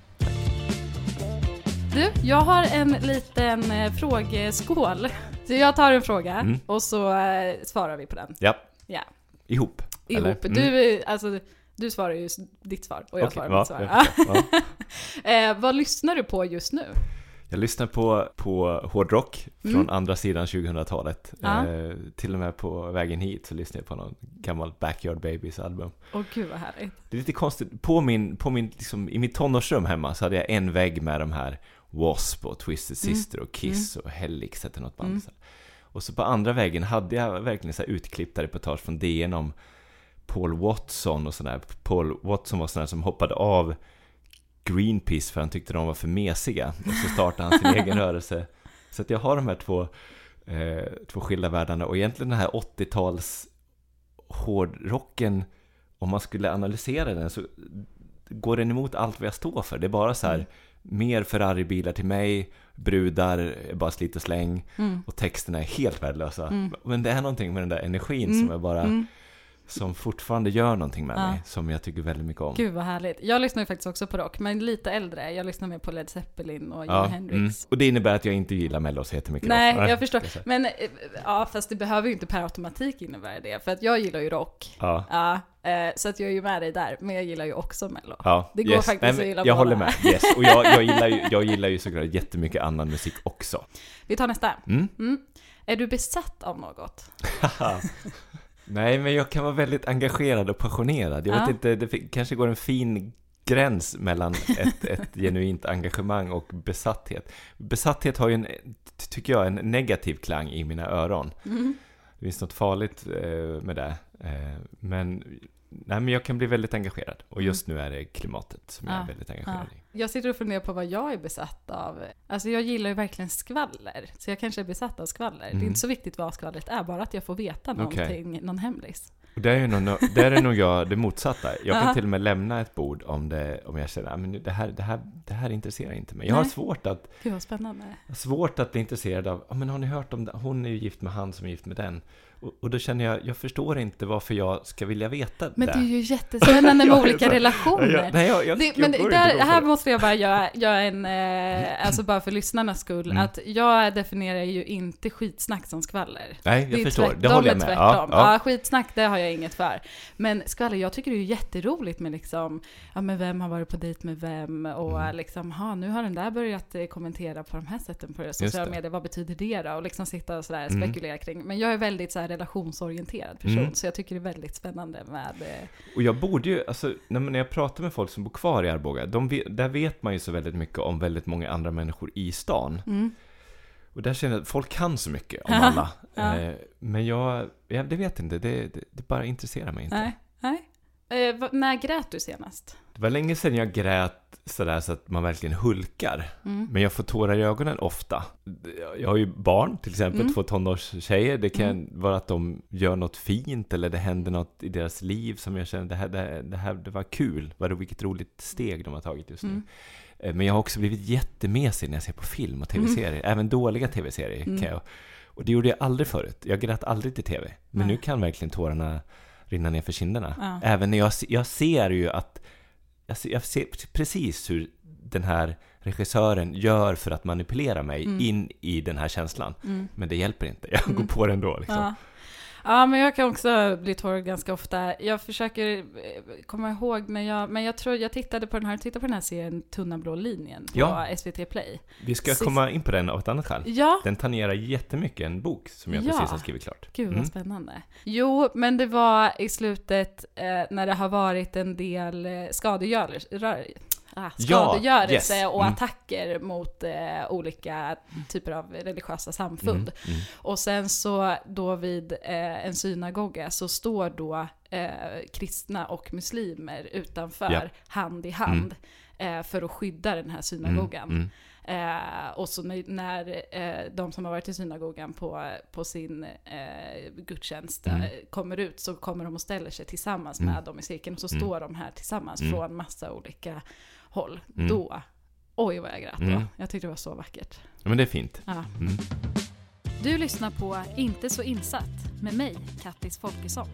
Du, jag har en liten eh, frågeskål. Så jag tar en fråga Mm. och så eh, svarar vi på den. Ja. Ja. Ihop. eller? Ihop. Mm. Du, alltså, du svarar ju s- ditt svar och jag Okej, svarar ja, mitt svar. jag förstår. Ja. eh, vad lyssnar du på just nu? Jag lyssnar på, på hårdrock från Mm. andra sidan tjugohundratalet. Ja. Eh, till och med på vägen hit så lyssnar jag på någon gammal Backyard Babies album. Åh gud vad härligt. Det är lite konstigt. På min, på min, liksom, i mitt tonårsrum hemma så hade jag en vägg med de här W.A.S.P. och Twisted Mm. Sister och Kiss och Helix eller något band. Mm. Så. Och så på andra väggen hade jag verkligen så här utklippta reportage från D N om Paul Watson och sådär. Paul Watson var sån här som hoppade av Greenpeace för han tyckte de var för mesiga. Och så startade han sin egen rörelse. Så att jag har de här två, eh, två skilda världarna. Och egentligen den här åttio-tals hårdrocken, om man skulle analysera den så går den emot allt vad jag står för. Det är bara så här, mm. mer Ferrari-bilar till mig, brudar, bara slit och släng, mm. och texterna är helt värdelösa. Mm. Men det är någonting med den där energin mm. som är bara... Mm. som fortfarande gör någonting med ja. mig, som jag tycker väldigt mycket om. Gud vad härligt. Jag lyssnar ju faktiskt också på rock, men lite äldre. Jag lyssnar mer på Led Zeppelin och Jimi ja. Hendrix. Mm. Och det innebär att jag inte gillar Mello så jättemycket. Nej, rock. jag förstår. Men ja, fast det behöver ju inte per automatik innebära det. För att jag gillar ju rock. Ja. Ja, så att jag är ju med dig där. Men jag gillar ju också Mello. Ja. Det går yes. faktiskt Nej, att gilla Jag båda. håller med. Yes. Och jag, jag, gillar ju, jag gillar ju såklart jättemycket annan musik också. Vi tar nästa. Mm. Mm. Är du besatt av något? Nej, men jag kan vara väldigt engagerad och passionerad. Jag ja. vet inte, det kanske går en fin gräns mellan ett, ett genuint engagemang och besatthet. Besatthet har ju en, tycker jag, en negativ klang i mina öron. Mm. Det finns något farligt eh, med det. Eh, men, nej, men jag kan bli väldigt engagerad. Och just nu är det klimatet som ja. jag är väldigt engagerad ja. i. Jag sitter och funderar på vad jag är besatt av. Alltså jag gillar ju verkligen skvaller. Så jag kanske är besatt av skvaller. Mm. Det är inte så viktigt vad skvallret är. Bara att jag får veta någonting, okay. någon hemlis. Och där är, nog, där är nog jag det motsatta. Jag kan till och med lämna ett bord om, det, om jag känner att det här, det, här, det här intresserar inte mig. Jag Nej. har svårt att... Gud vad spännande. Svårt att bli intresserad av... Men har ni hört om det? Hon är ju gift med han som är gift med den. Och, och då känner jag, jag förstår inte varför jag ska vilja veta men det. Men det är ju jättespännande med olika så, relationer. Jag, nej, jag, jag, det, jag men där, här måste jag bara göra, göra en, eh, alltså bara för lyssnarnas skull, mm. att jag definierar ju inte skitsnack som skvaller. Nej, jag det förstår. Tvärt, det håller jag med. Ja, ja. ja, skitsnack, det har jag inget för. Men skvaller, jag tycker det är jätteroligt med liksom, ja men vem har varit på dejt med vem och mm. liksom, ha nu har den där börjat kommentera på de här sätten på sociala medier, vad betyder det då? Och liksom sitta och sådär mm. spekulera kring. Men jag är väldigt så här relationsorienterad person, mm. så jag tycker det är väldigt spännande med... Och jag borde ju, alltså, när jag pratar med folk som bor kvar i Arboga, de, där vet man ju så väldigt mycket om väldigt många andra människor i stan. Mm. Och där känner jag att folk kan så mycket om alla. Ja. Eh, men jag, jag, det vet inte, det, det, det bara intresserar mig inte. Nej, nej. Eh, v- när grät du senast? Det var länge sedan jag grät sådär så att man verkligen hulkar. Mm. Men jag får tårar i ögonen ofta. Jag har ju barn, till exempel mm. två tonårstjejer. Det kan mm. vara att de gör något fint eller det händer något i deras liv som jag känner, det här, det, det här det var kul. Vad det, vilket roligt steg de har tagit just nu. Mm. Men jag har också blivit jättemesig när jag ser på film och tv-serier. Mm. Även dåliga tv-serier. Mm. Kan jag, och det gjorde jag aldrig förut. Jag grät aldrig till tv. Men Nej. nu kan verkligen tårarna rinna ner för kinderna. Ja. Även när jag, jag ser ju att jag ser, jag ser precis hur den här regissören gör för att manipulera mig mm. in i den här känslan. Mm. Men det hjälper inte. Jag går mm. på det ändå. Liksom. Ja. ja, men jag kan också bli tårögd ganska ofta. Jag försöker komma ihåg när jag... Men jag tror jag tittade på den här, tittade på den här serien Tunna blå linjen på ja. S V T Play. Vi ska Sist... komma in på den av ett annat skäl. Ja. Den tangerar jättemycket en bok som jag ja. precis har skrivit klart. Gud vad mm. spännande. Jo, men det var i slutet eh, när det har varit en del eh, skadegörelse... Ah, skadegörelse ja, yes. och mm. attacker mot eh, olika typer av religiösa samfund. Mm, mm. Och sen så då vid eh, en synagoga så står då eh, kristna och muslimer utanför ja. hand i hand mm. eh, för att skydda den här synagogan. Mm, mm. Eh, och så när, när eh, de som har varit i synagogan på, på sin eh, gudstjänst mm. eh, kommer ut så kommer de och ställer sig tillsammans mm. med dem i cirkeln och så mm. står de här tillsammans mm. från massa olika håll. Mm. Då, oj vad jag grät mm. då. Jag tyckte det var så vackert. Ja, men det är fint. Ja. Mm. Du lyssnar på Inte så insatt med mig, Kattis Folkesson.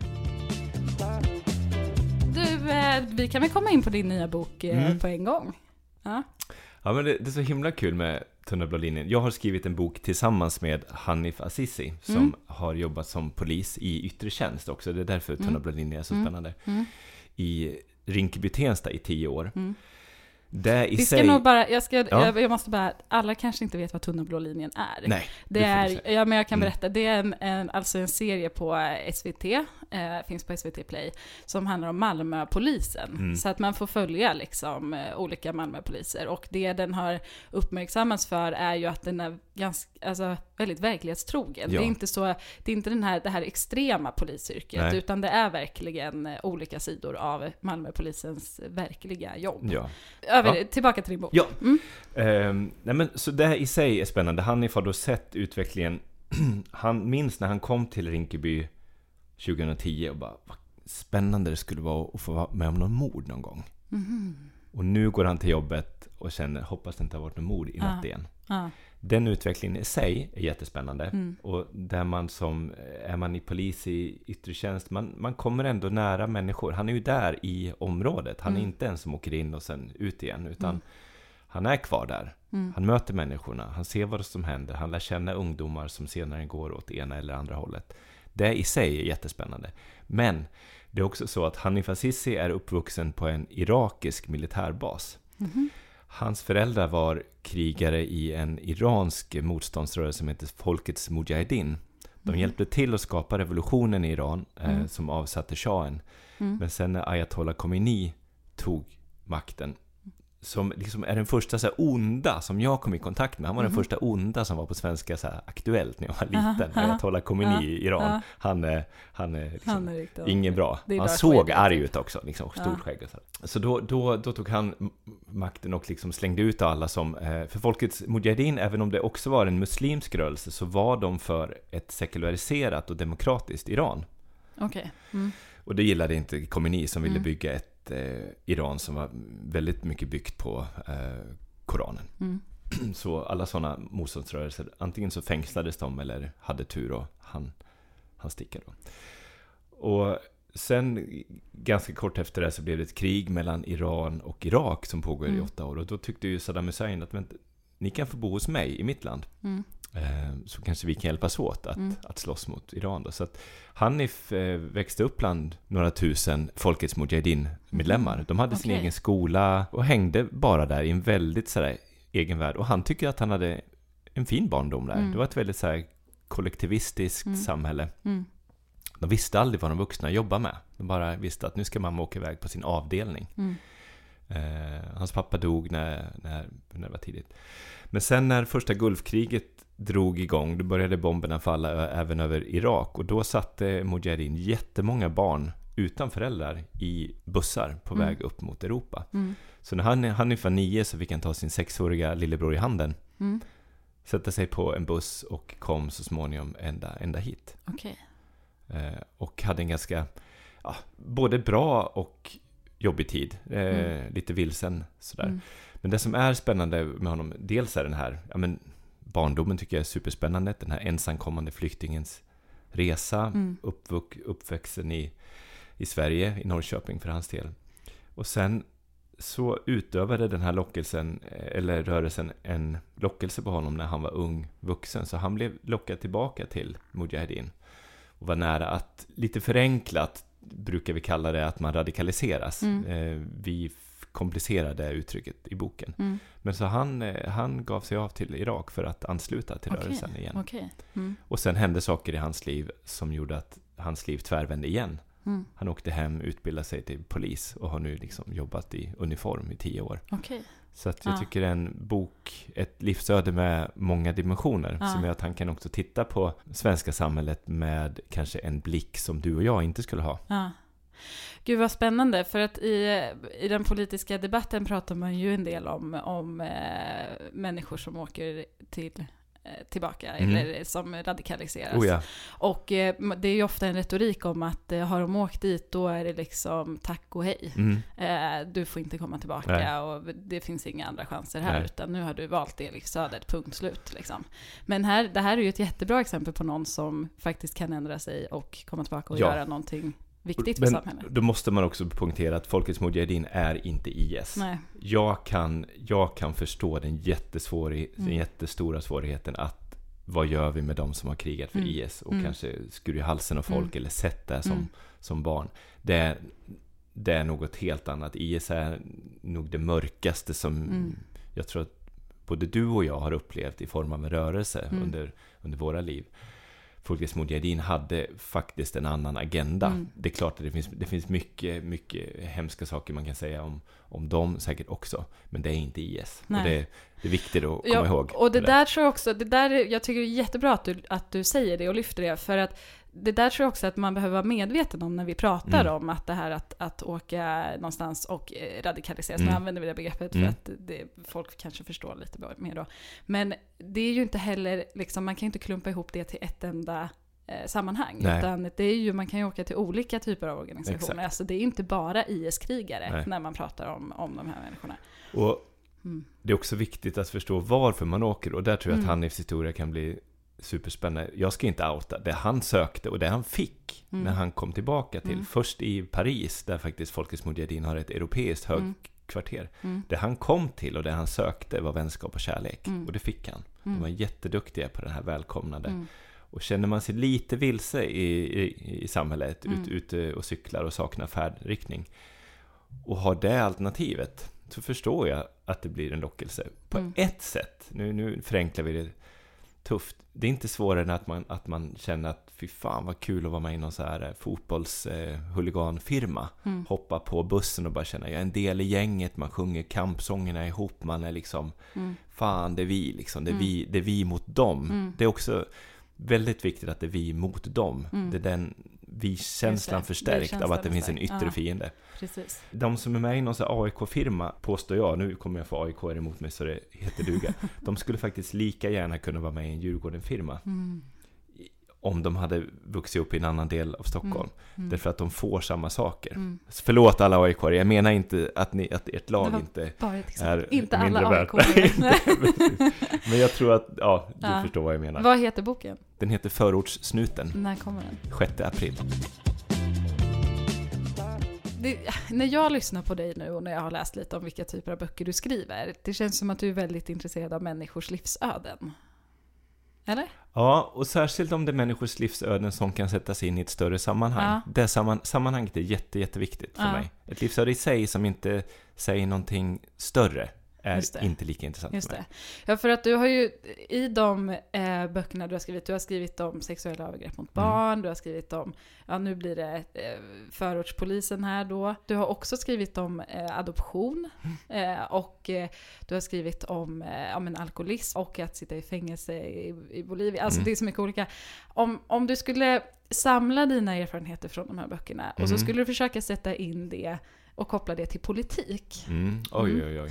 Du, eh, vi kan väl komma in på din nya bok eh, mm. på en gång. Ja, ja men det, det är så himla kul med Tunna blå linjen. Jag har skrivit en bok tillsammans med Hanif Azizi som mm. har jobbat som polis i yttre tjänst också. Det är därför Tunna blå linjen är så mm. spännande. Mm. I Rinkeby-Tensta i tio år. Mm. Det i Vi ska sig... nog bara, jag, ska, ja. jag, jag måste bara, alla kanske inte vet vad Tunna blå linjen är. Nej, det, det är, ja men jag kan berätta, mm. det är en, en, alltså en serie på S V T, eh, finns på S V T Play, som handlar om Malmöpolisen. Mm. Så att man får följa liksom eh, olika Malmöpoliser. Och det den har uppmärksammats för är ju att den är ganska, alltså, väldigt verklighetstrogen. Ja. Det är inte så, det är inte den här, det här extrema polisyrket, Nej. utan det är verkligen eh, olika sidor av Malmöpolisens verkliga jobb. Ja. Över, ja. Tillbaka till din bok. Ja. Mm. Um, nej men, så det här i sig är spännande. Hanif har då sett utvecklingen. Han minns när han kom till Rinkeby tjugohundratio och bara, vad spännande det skulle vara att få vara med om någon mord någon gång. Mm. Och nu går han till jobbet och känner, hoppas det inte har varit någon mord i natt Ah. igen. Ah. Den utvecklingen i sig är jättespännande. Mm. Och där man som, är man i polis i yttre tjänst, man, man kommer ändå nära människor. Han är ju där i området. Han Mm. är inte en som åker in och sen ut igen, utan Mm. han är kvar där. Mm. Han möter människorna, han ser vad som händer. Han lär känna ungdomar som senare går åt ena eller andra hållet. Det i sig är jättespännande. Men det är också så att Hanif Azizi är uppvuxen på en irakisk militärbas. Mm. Hans föräldrar var krigare i en iransk motståndsrörelse som heter Folkets Mujahedin. De Mm. hjälpte till att skapa revolutionen i Iran eh, Mm. som avsatte shahen. Mm. Men sen när Ayatollah Khomeini tog makten, som liksom är den första så här onda som jag kom i kontakt med. Han var Mm. den första onda som var på svenska så här aktuellt när jag var liten. Aha, aha. Ayatollah Khomeini Ja, i Iran. ja. Han är, han är, liksom Han är riktigt... ingen bra. Det är Han Darth såg Vader, arg typ. ut också. Liksom, stort Ja. skägg och så. Så då, då, då tog han m- makten och liksom slängde ut alla som... Eh, för Folkets Mujahedin, även om det också var en muslimsk rörelse, så var de för ett sekulariserat och demokratiskt Iran. Okej. Mm. Och det gillade inte Khomeini som ville Mm. bygga ett eh, Iran som var väldigt mycket byggt på eh, Koranen. Mm. Så alla sådana motståndsrörelser, antingen så fängslades de eller hade tur och han, han stickade då. Och sen ganska kort efter det så blev det ett krig mellan Iran och Irak som pågår Mm. i åtta år. Och då tyckte ju Saddam Hussein att vänta, ni kan få bo hos mig i mitt land. Mm. Eh, så kanske vi kan hjälpas åt att, Mm. att slåss mot Iran då. Så att Hanif eh, växte upp bland några tusen Folkets Mujahedin-medlemmar. Mm. De hade sin Okej. egen skola och hängde bara där i en väldigt sådär egen värld. Och han tycker att han hade en fin barndom där. Mm. Det var ett väldigt såhär kollektivistiskt Mm. samhälle. Mm. De visste aldrig vad de vuxna jobbar med. De bara visste att nu ska mamma åka iväg på sin avdelning. Mm. Eh, hans pappa dog när, när, när det var tidigt. Men sen när första Gulfkriget drog igång, då började bomberna falla ö- även över Irak. Och då satte Mujahedin jättemånga barn utan föräldrar i bussar på Mm. väg upp mot Europa. Mm. Så när han, han var nio så fick han ta sin sexåriga lillebror i handen, Mm. sätta sig på en buss och kom så småningom ända, ända hit. Okej. Eh, och hade en ganska, ja, både bra och jobbig tid. Eh, Mm. Lite vilsen sådär. Mm. Men det som är spännande med honom, dels är den här, ja men barndomen tycker jag är superspännande. Den här ensamkommande flyktingens resa, Mm. uppvux, uppväxten i, i Sverige, i Norrköping för hans del. Och sen så utövade den här lockelsen, eller rörelsen, en lockelse på honom när han var ung vuxen. Så han blev lockad tillbaka till Mujahedin och var nära att, lite förenklat brukar vi kalla det, att man radikaliseras. Mm. Eh, vi f- komplicerar det uttrycket i boken. Mm. Men så han, eh, han gav sig av till Irak för att ansluta till Okej. rörelsen igen. Okej. Mm. Och sen hände saker i hans liv som gjorde att hans liv tvärvände igen. Mm. Han åkte hem, utbildade sig till polis och har nu liksom jobbat i uniform i tio år. Okej. Så att jag Ja. tycker det är en bok, ett livsöde med många dimensioner, Ja. som gör att han kan också titta på svenska samhället med kanske en blick som du och jag inte skulle ha. Ja. Gud vad spännande, för att i, i den politiska debatten pratar man ju en del om, om eh, människor som åker till, eh, tillbaka Mm. eller som radikaliseras. Oh ja. Och eh, det är ju ofta en retorik om att eh, har de åkt dit, då är det liksom tack och hej. Mm. Eh, du får inte komma tillbaka. Nej. Och det finns inga andra chanser här, Nej. utan nu har du valt det livsödet, punkt slut. Liksom. Men här, det här är ju ett jättebra exempel på någon som faktiskt kan ändra sig och komma tillbaka och Ja. göra någonting viktigt för Men samhället. då måste man också poängtera att Folkets Mujahedin är inte I S. Nej. Jag kan, jag kan förstå den, jättesvår, den Mm. jättestora svårigheten att vad gör vi med de som har krigat för Mm. I S och Mm. kanske skurit halsen av folk Mm. eller sett det som, Mm. som barn. Det är, det är något helt annat. I S är nog det mörkaste som Mm. jag tror att både du och jag har upplevt i form av en rörelse Mm. under, under våra liv. Folkets Mujahedin hade faktiskt en annan agenda. Mm. Det är klart att det finns, det finns mycket, mycket hemska saker man kan säga om, om dem säkert också. Men det är inte I S. Nej. Och det, det är viktigt att komma Ja, ihåg. och det det där tror jag också, det där, jag tycker det är jättebra att du, att du säger det och lyfter det, för att det där tror jag också att man behöver vara medveten om när vi pratar Mm. om att det här att, att åka någonstans och eh, radikaliseras. Mm. Nu använder vi det begreppet Mm. för att det, folk kanske förstår lite mer då. Men det är ju inte heller, liksom, man kan ju inte klumpa ihop det till ett enda eh, sammanhang. Nej. Utan det är ju, man kan ju åka till olika typer av organisationer. Exakt. Alltså det är inte bara I S-krigare Nej. när man pratar om, om de här människorna. Och Mm. det är också viktigt att förstå varför man åker. Och där tror jag Mm. att Hanifs historia kan bli superspännande. Jag ska inte outa det han sökte och det han fick Mm. när han kom tillbaka till. Mm. Först i Paris, där faktiskt Folkets Mujahedin har ett europeiskt Mm. högkvarter. Mm. Det han kom till och det han sökte var vänskap och kärlek. Mm. Och det fick han. Mm. De var jätteduktiga på den här välkomnande. Mm. Och känner man sig lite vilse i, i, i samhället, Mm. ut, ute och cyklar och saknar färdriktning, och har det alternativet, så förstår jag att det blir en lockelse. På Mm. ett sätt, nu, nu förenklar vi det tufft, det är inte svårare än att man, att man känner att fy fan vad kul att vara med i någon så här fotbollshuliganfirma. Eh, Mm. Hoppa på bussen och bara känna, jag är en del i gänget, man sjunger kampsångerna ihop, man är liksom, Mm. fan det är vi liksom, det är, Mm. vi, det är vi mot dem. Mm. Det är också väldigt viktigt att det är vi mot dem. Mm. Det är den vi-känslan Just det. förstärkt Vi-känslan av att det finns en förstärkt. yttre Ja. fiende. Precis. De som är med i någon så här A I K-firma, påstår jag, nu kommer jag få A I K emot mig så det heter duga, de skulle faktiskt lika gärna kunna vara med i en Djurgården-firma. Mm. Om de hade vuxit upp i en annan del av Stockholm. Mm. Därför att de får samma saker. Mm. Förlåt alla A I K, jag menar inte att, ni, att ert lag Det var inte bara ett exempel. är Inte alla mindre A I värt. K. Men jag tror att, ja, du Ja. förstår vad jag menar. Vad heter boken? Den heter Förortssnuten, När kommer den? sjätte april. Det, när jag lyssnar på dig nu och när jag har läst lite om vilka typer av böcker du skriver, det känns som att du är väldigt intresserad av människors livsöden. Eller? Ja, och särskilt om det är människors livsöden som kan sättas in i ett större sammanhang. Ja. Det samman, sammanhanget är jätte, jätteviktigt för Ja. mig. Ett livsöde i sig som inte säger någonting större är Just det. inte lika intressant Just för mig. det. Ja, för att du har ju i de eh, böckerna du har skrivit, du har skrivit om sexuella övergrepp mot barn, mm. du har skrivit om, ja nu blir det eh, förortspolisen här då. Du har också skrivit om eh, adoption eh, och eh, du har skrivit om, eh, om en alkoholism och att sitta i fängelse i, i Bolivia. Alltså Mm. det är så mycket olika. Om, om du skulle samla dina erfarenheter från de här böckerna och så Mm. skulle du försöka sätta in det och koppla det till politik. Mm. Oj, oj, oj.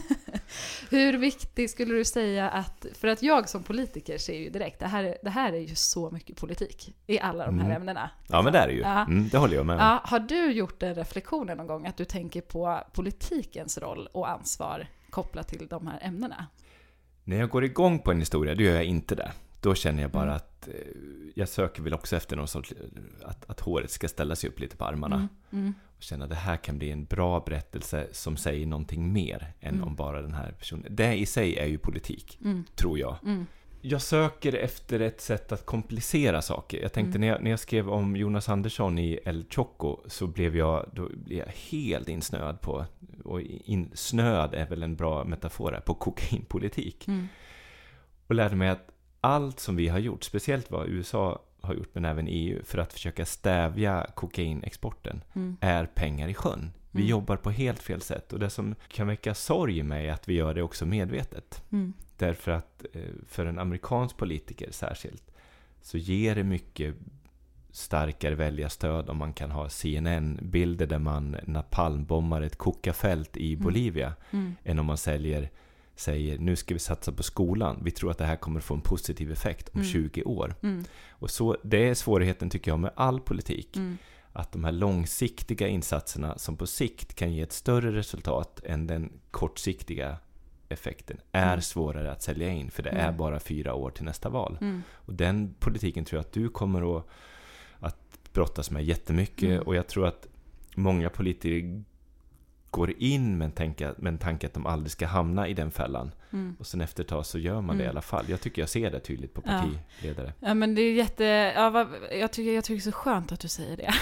Hur viktigt skulle du säga att, för att jag som politiker ser ju direkt, det här, är- det här är ju så mycket politik i alla de här Mm. ämnena. Ja, men det är det ju. Ja. Mm, det håller jag med om. Ja, har du gjort den reflektionen någon gång att du tänker på politikens roll och ansvar kopplat till de här ämnena? När jag går igång på en historia, då gör jag inte det. Då känner jag bara Mm. att eh, jag söker väl också efter någon sorts, att, att håret ska ställa sig upp lite på armarna. Mm. Mm. Och känna att det här kan bli en bra berättelse som säger någonting mer än Mm. om bara den här personen. Det i sig är ju politik, Mm. tror jag. Mm. Jag söker efter ett sätt att komplicera saker. Jag tänkte Mm. när, jag, när jag skrev om Jonas Andersson i El Choco, så blev jag, då blev jag helt insnöad på, och insnöad är väl en bra metafor här, på kokainpolitik. Mm. Och lärde mig att allt som vi har gjort, speciellt vad U S A har gjort men även E U, för att försöka stävja kokainexporten, Mm. är pengar i sjön. Vi Mm. jobbar på helt fel sätt, och det som kan väcka sorg i mig är att vi gör det också medvetet. Mm. Därför att eh, för en amerikansk politiker särskilt så ger det mycket starkare väljarstöd om man kan ha C N N-bilder där man napalmbombar ett kokafält i Mm. Bolivia Mm. än om man säljer, säger nu ska vi satsa på skolan. Vi tror att det här kommer få en positiv effekt om Mm. tjugo år. Mm. Och så, det är svårigheten tycker jag med all politik. Mm. Att de här långsiktiga insatserna som på sikt kan ge ett större resultat än den kortsiktiga effekten är Mm. svårare att sälja in, för det Mm. är bara fyra år till nästa val. Mm. Och den politiken tror jag att du kommer att, att brottas med jättemycket. Mm. Och jag tror att många politiker går in med en, tanke, med en tanke att de aldrig ska hamna i den fällan. Mm. Och sen efter ett tag så gör man det Mm. i alla fall. Jag tycker jag ser det tydligt på Ja. partiledare. Ja, men det är jätte... Ja, vad, jag, tycker, jag tycker det är så skönt att du säger det.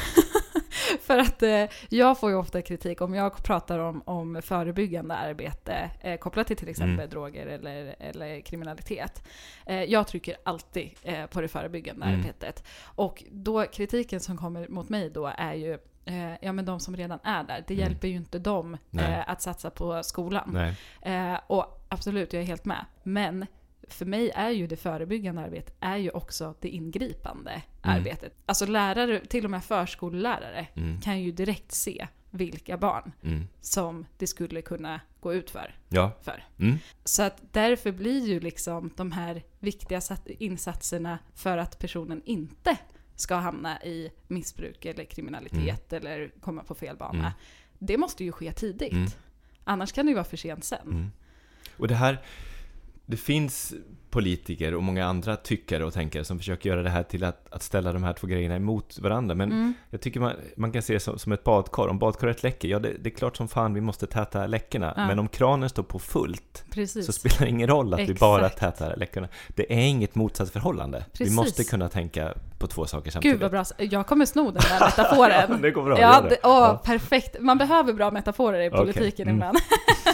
För att eh, jag får ju ofta kritik om jag pratar om, om förebyggande arbete eh, kopplat till till exempel Mm. droger eller, eller kriminalitet. Eh, jag trycker alltid eh, på det förebyggande Mm. arbetet. Och då kritiken som kommer mot mig då är ju eh, ja, men de som redan är där. Det Mm. hjälper ju inte dem Nej. eh, att satsa på skolan. Nej. Eh, och absolut, jag är helt med. Men för mig är ju det förebyggande arbetet är ju också det ingripande Mm. arbetet. Alltså lärare, till och med förskollärare Mm. kan ju direkt se vilka barn Mm. som det skulle kunna gå ut för. Ja. för. Mm. Så att därför blir ju liksom de här viktiga sat- insatserna för att personen inte ska hamna i missbruk eller kriminalitet Mm. eller komma på fel bana. Mm. Det måste ju ske tidigt. Mm. Annars kan det ju vara för sent sen. Mm. Och det här, det finns politiker och många andra tyckare och tänkare som försöker göra det här till att, att ställa de här två grejerna emot varandra. Men mm. jag tycker man, man kan se det som, som ett badkar. Om badkaret läcker, ja det, det är klart som fan vi måste täta läckorna. Ja. Men om kranen står på fullt Precis. så spelar det ingen roll att Exakt. vi bara tätar läckorna. Det är inget motsatsförhållande. Precis. Vi måste kunna tänka på två saker samtidigt. Gud vad bra. Jag kommer sno den där metaforen. Ja, det går bra. Ja, det. det, åh, ja. Perfekt. Man behöver bra metaforer i politiken okay. mm. ibland.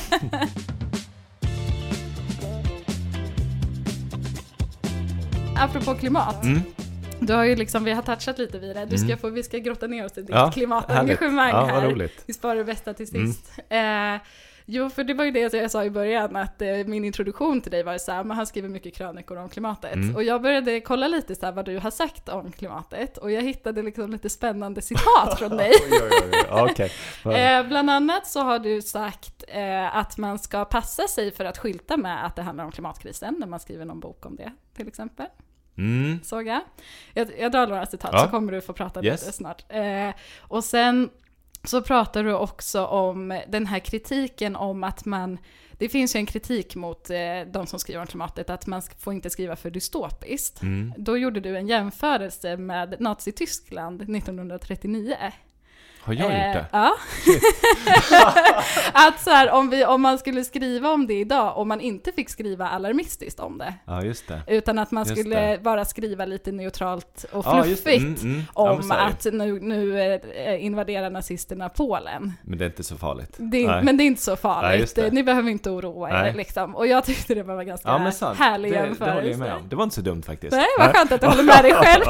Apropå klimat. Mm. Du har ju liksom, vi har touchat lite vid det. Du ska mm. få, vi ska grotta ner oss i ditt ja, klimatengagemang ja, här. Roligt. Vi sparar det bästa till sist. Mm. Eh, jo, för det var ju det jag sa i början, att eh, min introduktion till dig var ju så här, men han skriver mycket krönikor om klimatet. Mm. Och jag började kolla lite så här vad du har sagt om klimatet. Och jag hittade liksom lite spännande citat från dig. oj, oj, oj. Okay. eh, bland annat så har du sagt eh, att man ska passa sig för att skylta med att det handlar om klimatkrisen när man skriver någon bok om det, till exempel. Mm. Såg jag. jag. Jag drar några citat ja. Så kommer du få prata yes. lite snart. Eh, och sen så pratar du också om den här kritiken om att man, det finns ju en kritik mot eh, de som skriver om klimatet, att man får inte skriva för dystopiskt. Mm. Då gjorde du en jämförelse med Nazi-Tyskland nittonhundratrettionio. Har jag eh, gjort det? Ja. Att så här, om, vi, om man skulle skriva om det idag, om man inte fick skriva alarmistiskt om det. Ja, just det. Utan att man just skulle det. bara skriva lite neutralt och ja, fluffigt mm, mm. om ja, att nu, nu invaderar nazisterna Polen. Men det är inte så farligt. Det, men det är inte så farligt. Nej, ni behöver inte oroa er. Liksom. Och jag tyckte det var ganska ja, men sant. härlig det, jämförelse. Det håller jag med om. Det var inte så dumt faktiskt. Nej, vad skönt att du håller med dig själv.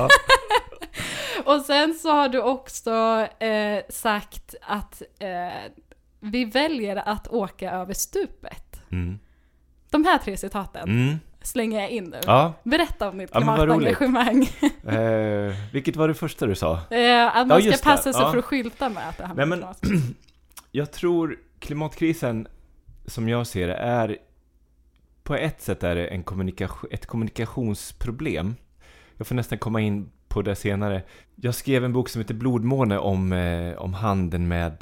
Och sen så har du också eh, sagt att eh, vi väljer att åka över stupet. Mm. De här tre citaten mm. slänger jag in nu. Ja. Berätta om ditt ja, klimatengagemang. eh, vilket var det första du sa? Eh, att man ja, ska passa det. sig ja. för att skylta med att det handlar om klimat. Jag tror klimatkrisen, som jag ser det, är på ett sätt är det en kommunikation, ett kommunikationsproblem. Jag får nästan komma in på det senare. Jag skrev en bok som heter Blodmåne om, eh, om handeln med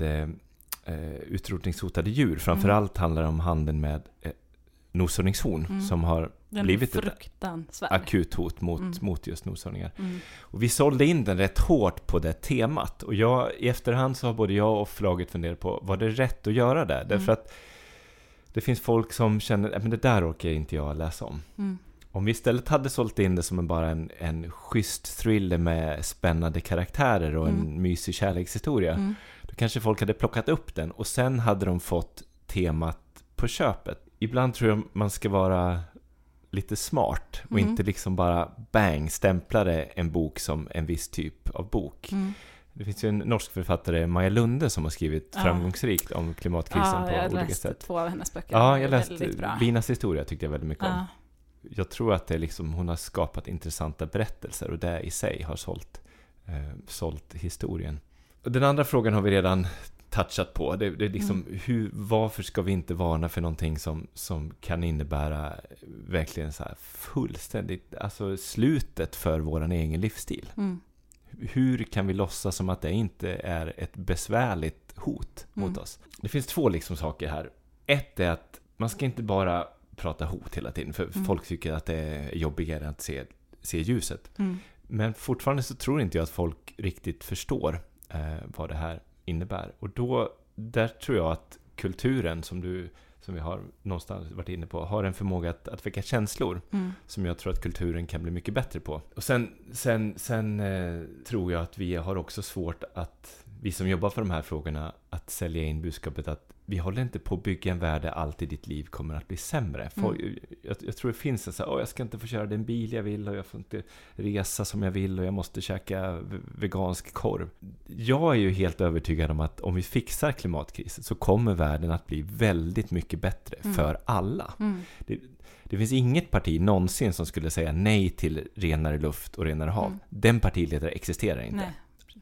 eh, utrotningshotade djur. Framförallt mm. handlar det om handeln med eh, noshörningshorn mm. som har den blivit ett akut hot mot, mm. mot just noshörningar. Mm. Och vi sålde in den rätt hårt på det temat. Och jag, i efterhand så har både jag och förlaget funderat på, var det rätt att göra det? Mm. Därför att det finns folk som känner, men det där orkar inte jag läsa om. Mm. Om vi istället hade sålt in det som en, bara en, en schysst thriller med spännande karaktärer och mm. en mysig kärlekshistoria, mm. då kanske folk hade plockat upp den och sen hade de fått temat på köpet. Ibland tror jag man ska vara lite smart och mm. inte liksom bara bang stämplade en bok som en viss typ av bok. Mm. Det finns ju en norsk författare, Maja Lunde, som har skrivit ja. framgångsrikt om klimatkrisen ja, på olika sätt. Jag läste två av hennes böcker. Ja, jag läste Binas historia, tyckte jag väldigt mycket ja. om. Jag tror att det är liksom, hon har skapat intressanta berättelser och det i sig har sålt, eh, sålt historien. Och den andra frågan har vi redan touchat på. Det, det är liksom, mm. hur, varför ska vi inte varna för någonting som, som kan innebära verkligen så här fullständigt, alltså slutet för våran egen livsstil? Mm. Hur kan vi låtsas som att det inte är ett besvärligt hot mm. mot oss? Det finns två liksom saker här. Ett är att man ska inte bara prata hot hela tiden, för mm. folk tycker att det är jobbigare att se, se ljuset. Mm. Men fortfarande så tror inte jag att folk riktigt förstår eh, vad det här innebär. Och då, där tror jag att kulturen som du, som vi har någonstans varit inne på, har en förmåga att, att väcka känslor mm. som jag tror att kulturen kan bli mycket bättre på. Och sen, sen, sen eh, tror jag att vi har också svårt att, vi som jobbar för de här frågorna, att sälja in budskapet att vi håller inte på att bygga en värld där allt i ditt liv kommer att bli sämre. Mm. Jag, jag tror det finns en så här, oh, jag ska inte få köra den bil jag vill och jag får inte resa som jag vill och jag måste käka vegansk korv. Jag är ju helt övertygad om att om vi fixar klimatkrisen så kommer världen att bli väldigt mycket bättre mm. för alla. Mm. Det, det finns inget parti någonsin som skulle säga nej till renare luft och renare hav. Mm. Den partiledare existerar inte. Nej.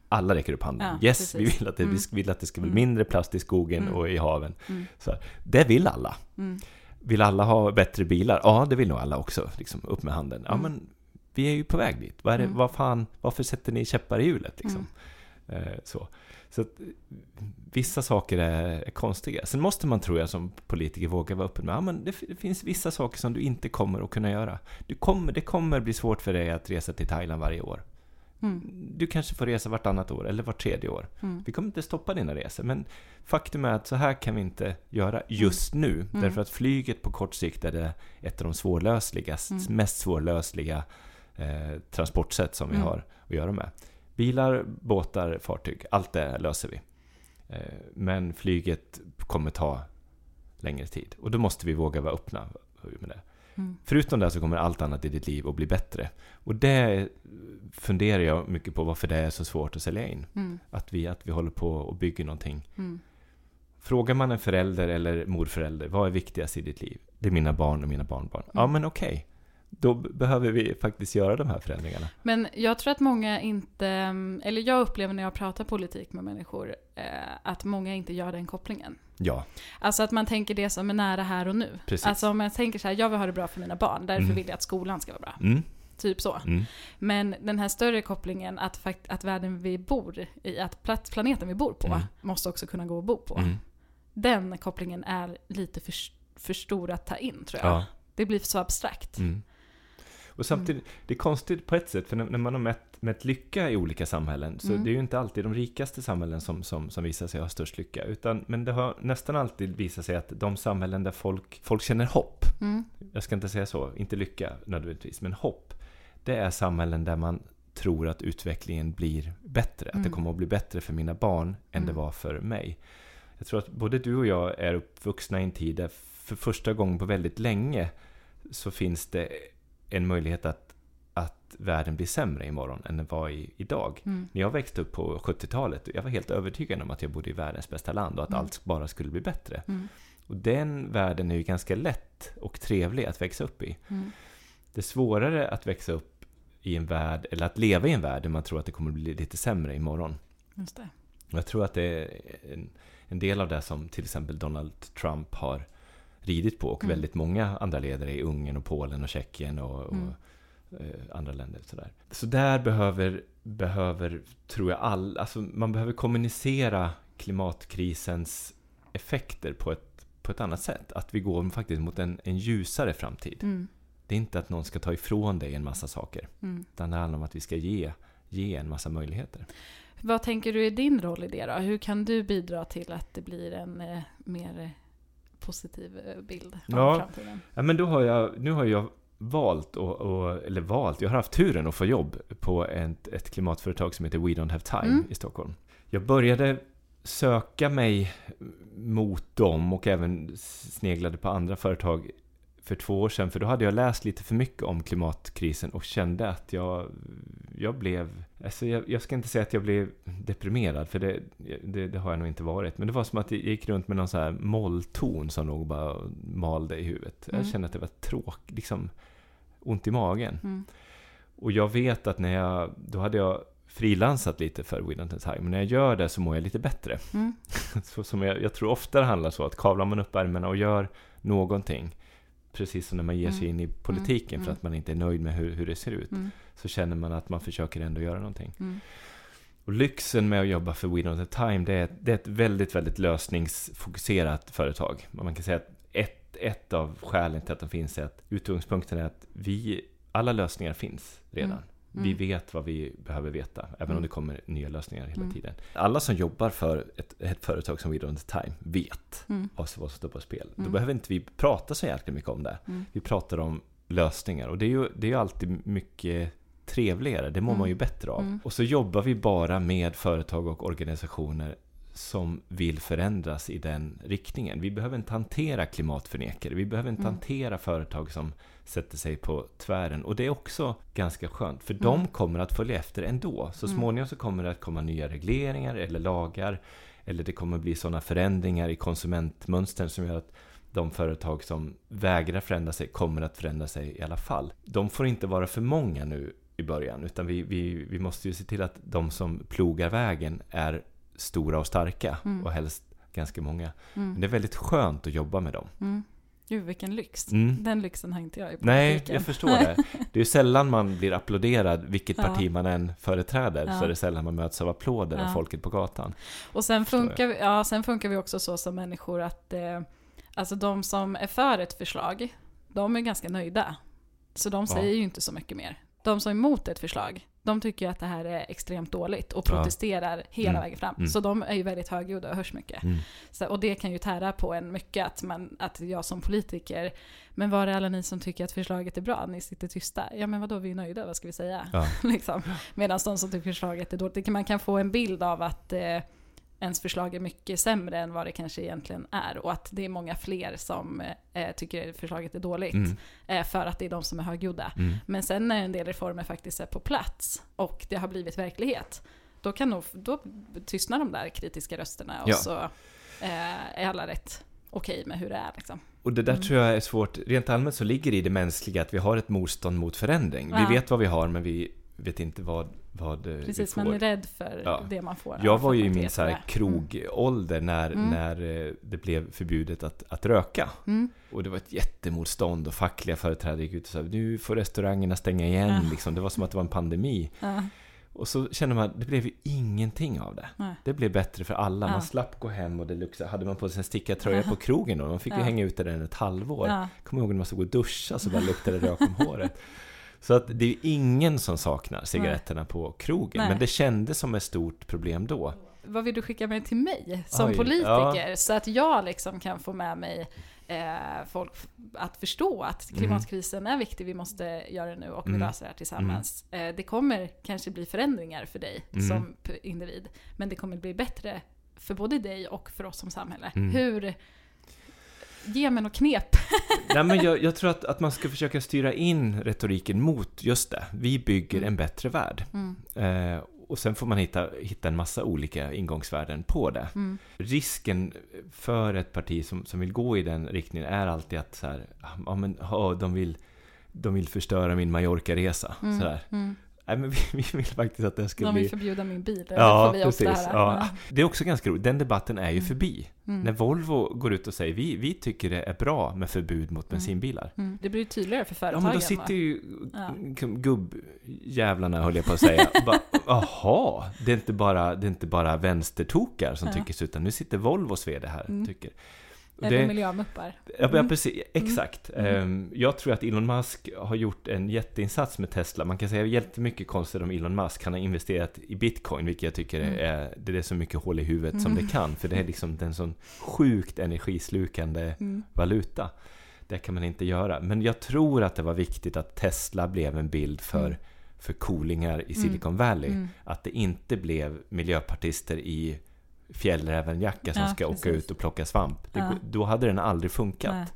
Alla räcker upp handen. Ja, yes, precis. vi vill att det, mm. vi vill att det ska bli mm. mindre plast i skogen mm. och i haven. Mm. Så det vill alla. Mm. Vill alla ha bättre bilar? Ja, det vill nog alla också. Liksom, upp med handen. Ja, mm. men vi är ju på väg dit. Vad är det, mm. vad fan, varför sätter ni käppar i hjulet? Liksom? Mm. Eh, så. Så att, vissa saker är, är konstiga. Sen måste man, tror jag, som politiker våga vara öppen med. Ja, men det, det finns vissa saker som du inte kommer att kunna göra. Du kommer, det kommer bli svårt för dig att resa till Thailand varje år. Mm. Du kanske får resa vartannat år eller vart tredje år. Mm. Vi kommer inte stoppa dina resor. Men faktum är att så här kan vi inte göra just nu. Mm. Därför att flyget på kort sikt är det ett av de svårlösligaste, mm. mest svårlösliga eh, transportsätt som vi mm. har att göra med. Bilar, båtar, fartyg, allt det löser vi. Eh, men flyget kommer ta längre tid. Och då måste vi våga vara öppna med det. Mm. Förutom det så kommer allt annat i ditt liv att bli bättre. Och det funderar jag mycket på, varför det är så svårt att sälja in. Mm. Att, vi, att vi håller på och bygger någonting. Mm. Frågar man en förälder eller morförälder, vad är viktigast i ditt liv? Det är mina barn och mina barnbarn. Mm. Ja, men okej. Okay. Då behöver vi faktiskt göra de här förändringarna. Men jag tror att många inte, eller jag upplever när jag pratar politik med människor, eh, att många inte gör den kopplingen. Ja. Alltså att man tänker det som är nära här och nu. Precis. Alltså om jag tänker så här, jag vill ha det bra för mina barn, därför mm. vill jag att skolan ska vara bra. Mm. Typ så. Mm. Men den här större kopplingen att, fakt- att världen vi bor i, att plat- planeten vi bor på, mm. måste också kunna gå och bo på. Mm. Den kopplingen är lite för, för stor att ta in, tror jag. Ja. Det blir så abstrakt. Mm. Och samtidigt, mm. det är konstigt på ett sätt, för när, när man har mätt, mätt lycka i olika samhällen, så mm. det är ju inte alltid de rikaste samhällen som, som, som visar sig ha störst lycka, utan, men det har nästan alltid visat sig att de samhällen där folk, folk känner hopp, mm. jag ska inte säga så, inte lycka nödvändigtvis, men hopp, det är samhällen där man tror att utvecklingen blir bättre, mm. att det kommer att bli bättre för mina barn än mm. det var för mig. Jag tror att både du och jag är uppvuxna i en tid där för första gången på väldigt länge så finns det en möjlighet att, att världen blir sämre imorgon än den var i, idag. Mm. När jag växte upp på sjuttiotalet, jag var helt övertygad om att jag bodde i världens bästa land och att mm. allt bara skulle bli bättre. Mm. Och den världen är ju ganska lätt och trevlig att växa upp i. Mm. Det är svårare att växa upp i en värld, eller att leva i en värld där man tror att det kommer bli lite sämre imorgon. Just det. Och jag tror att det är en, en del av det som till exempel Donald Trump har ridit på, och mm. väldigt många andra ledare i Ungern och Polen och Tjeckien och, och mm. eh, andra länder. Sådär. Så där behöver, behöver tror jag, all, alltså man behöver kommunicera klimatkrisens effekter på ett, på ett annat sätt. Att vi går faktiskt mot en, en ljusare framtid. Mm. Det är inte att någon ska ta ifrån dig en massa saker, mm. utan det handlar om att vi ska ge, ge en massa möjligheter. Vad tänker du är din roll i det då? Hur kan du bidra till att det blir en eh, mer positiv bild av ja, framtiden? Ja, men då har jag, nu har jag valt, och, och, eller valt, jag har haft turen att få jobb på ett, ett klimatföretag som heter We Don't Have Time mm. i Stockholm. Jag började söka mig mot dem och även sneglade på andra företag för två år sedan, för då hade jag läst lite för mycket om klimatkrisen och kände att jag, jag blev, alltså jag, jag ska inte säga att jag blev deprimerad, för det, det, det har jag nog inte varit, men det var som att jag gick runt med någon så här mollton som nog bara malde i huvudet. Mm. Jag kände att det var tråkigt, liksom ont i magen. Mm. Och jag vet att när jag, då hade jag frilansat lite för We Don't Have Time, men när jag gör det så mår jag lite bättre. Mm. så som jag, jag tror ofta det handlar så att kavlar man upp ärmarna och gör någonting, precis som när man ger sig in i politiken mm. för att man inte är nöjd med hur, hur det ser ut, mm. så känner man att man försöker ändå göra någonting. Mm. Och lyxen med att jobba för We Don't Have Time, det är, det är ett väldigt, väldigt lösningsfokuserat företag. Man kan säga att ett, ett av skälen till att de finns är att utgångspunkten är att vi, alla lösningar finns redan. Mm. Mm. Vi vet vad vi behöver veta, även mm. om det kommer nya lösningar hela mm. tiden. Alla som jobbar för ett, ett företag som We Don't Have Time vet mm. vad som står på spel. Mm. Då behöver inte vi prata så jäkla mycket om det. Mm. Vi pratar om lösningar, och det är ju, det är ju alltid mycket trevligare. Det mår mm. man ju bättre av. Mm. Och så jobbar vi bara med företag och organisationer som vill förändras i den riktningen. Vi behöver inte hantera klimatförnekare. Vi behöver inte mm. hantera företag som sätter sig på tvären. Och det är också ganska skönt, för mm. de kommer att följa efter ändå. Så mm. småningom så kommer det att komma nya regleringar eller lagar, eller det kommer bli sådana förändringar i konsumentmönstren som gör att de företag som vägrar förändra sig kommer att förändra sig i alla fall. De får inte vara för många nu i början, utan vi, vi, vi måste ju se till att de som plogar vägen är stora och starka mm. och helst ganska många. Mm. Men det är väldigt skönt att jobba med dem. Mm. Gud, vilken lyx. Mm. Den lyxen har inte jag i politiken. Nej, jag förstår det. Det är ju sällan man blir applåderad, vilket ja. parti man än företräder, ja. så är det sällan man möts av applåder ja. av folket på gatan. Och sen funkar, vi, ja, sen funkar vi också så som människor att eh, alltså de som är för ett förslag, de är ganska nöjda. Så de säger ja. ju inte så mycket mer. De som är emot ett förslag, de tycker att det här är extremt dåligt och protesterar ja. hela mm. vägen fram. Mm. Så de är ju väldigt högljudda och hörs mycket. Mm. Så, och det kan ju tära på en mycket att, man, att jag som politiker, men var är alla ni som tycker att förslaget är bra? Ni sitter tysta. Ja, men vadå, vi är nöjda, vad ska vi säga? Ja. liksom. Medan de som tycker förslaget är dåligt, man kan få en bild av att eh, ens förslag är mycket sämre än vad det kanske egentligen är. Och att det är många fler som eh, tycker förslaget är dåligt. Mm. Eh, för att det är de som är högljudda. Mm. Men sen när en del reformer faktiskt är på plats och det har blivit verklighet, då, kan nog, då tystnar de där kritiska rösterna och ja. så eh, är alla rätt okej med hur det är. Liksom. Och det där mm. tror jag är svårt. Rent allmänt så ligger det i det mänskliga att vi har ett motstånd mot förändring. Ja. Vi vet vad vi har, men vi vet inte vad, vad Precis, vi får. man är rädd för ja. det man får. Jag var ju i min så här krogålder när, mm. när det blev förbjudet att, att röka. Mm. Och det var ett jättemotstånd och fackliga företrädare gick ut och sa nu får restaurangerna stänga igen. Ja. Liksom. Det var som att det var en pandemi. Ja. Och så kände man, det blev ju ingenting av det. Nej. Det blev bättre för alla. Ja. Man slapp gå hem och det luxade. Hade man på sig en stickad tröja ja. på krogen då, man fick ja. ju hänga ute den ett halvår. Ja. Kommer ihåg när man stod och duscha så bara luktade det rök om håret. Så att det är ju ingen som saknar cigaretterna Nej. på krogen. Nej. Men det kändes som ett stort problem då. Vad vill du skicka med till mig som Oj, politiker? Ja. Så att jag liksom kan få med mig eh, folk att förstå att klimatkrisen mm. är viktig. Vi måste göra det nu och vi mm. löser det här tillsammans. Mm. Eh, det kommer kanske bli förändringar för dig mm. som individ. Men det kommer bli bättre för både dig och för oss som samhälle. Mm. Hur... Ge mig något knep. Nej, men jag, jag tror att, att man ska försöka styra in retoriken mot just det. Vi bygger mm. en bättre värld. Mm. Eh, och sen får man hitta, hitta en massa olika ingångsvärden på det. Mm. Risken för ett parti som, som vill gå i den riktningen är alltid att så här, ja, men, ja, de, vill, de vill förstöra min Mallorca-resa. Mm. Så där. Mm. Nej, men vi, vi vill faktiskt att det ska de bli... vill förbjuda min bil. Ja, vi precis. Det, ja. det är också ganska roligt. Den debatten är ju mm. förbi. Mm. När Volvo går ut och säger vi, vi tycker det är bra med förbud mot bensinbilar. Mm. Mm. Det blir ju tydligare för företagen. Ja, men då sitter ju ja. gubbjävlarna, höll jag på att säga. Jaha, det är inte bara, det är inte bara vänstertokar som ja. tycker så, utan nu sitter Volvos vd här mm. tycker. Eller det, miljömuppar. Ja, mm. precis. Exakt. Mm. Jag tror att Elon Musk har gjort en jätteinsats med Tesla. Man kan säga jättemycket konstigt om Elon Musk. Han har investerat i Bitcoin, vilket jag tycker mm. är, det är så mycket hål i huvudet mm. som det kan. För det är liksom en sån sjukt energislukande mm. valuta. Det kan man inte göra. Men jag tror att det var viktigt att Tesla blev en bild för, mm. för coolingar i Silicon Valley. Mm. Att det inte blev miljöpartister i fjällrävenjacka som ja, ska precis. åka ut och plocka svamp. Det, ja. Då hade den aldrig funkat. Nej.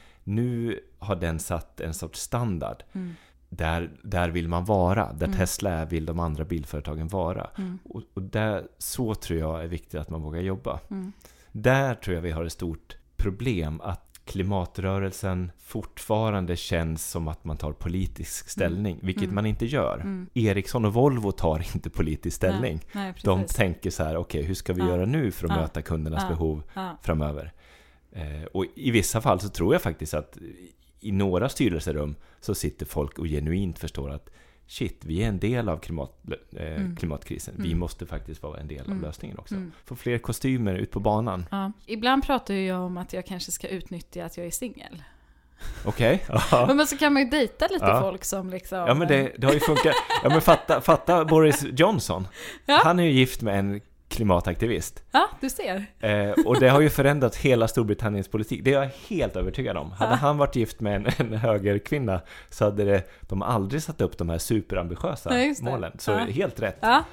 Nu har den satt en sorts standard. Mm. Där, där vill man vara. Där mm. Tesla är vill de andra bilföretagen vara. Mm. Och, och där, så tror jag är viktigt att man vågar jobba. Mm. Där tror jag vi har ett stort problem att klimatrörelsen fortfarande känns som att man tar politisk ställning, mm. vilket mm. man inte gör. Mm. Ericsson och Volvo tar inte politisk ställning. Nej, nej, de tänker så här, okej, okay, hur ska vi ja. göra nu för att ja. möta kundernas ja. behov ja. framöver? Eh, och i vissa fall så tror jag faktiskt att i några styrelserum så sitter folk och genuint förstår att shit, vi är en del av klimat, eh, mm. klimatkrisen. Vi mm. måste faktiskt vara en del mm. av lösningen också. Mm. Få fler kostymer ut på banan. Ja. Ibland pratar jag om att jag kanske ska utnyttja att jag är singel. Okej. Okay. Men så kan man ju dejta lite ja. folk som liksom... Ja, men det, det har ju funkat. Ja, men fatta, fatta Boris Johnson. Ja. Han är ju gift med en klimataktivist. Ja, du ser. Eh, och det har ju förändrat hela Storbritanniens politik. Det är jag helt övertygad om. Hade ja. han varit gift med en, en högerkvinna så hade det, de aldrig satt upp de här superambitiösa ja, målen. Så ja. helt rätt. Ja.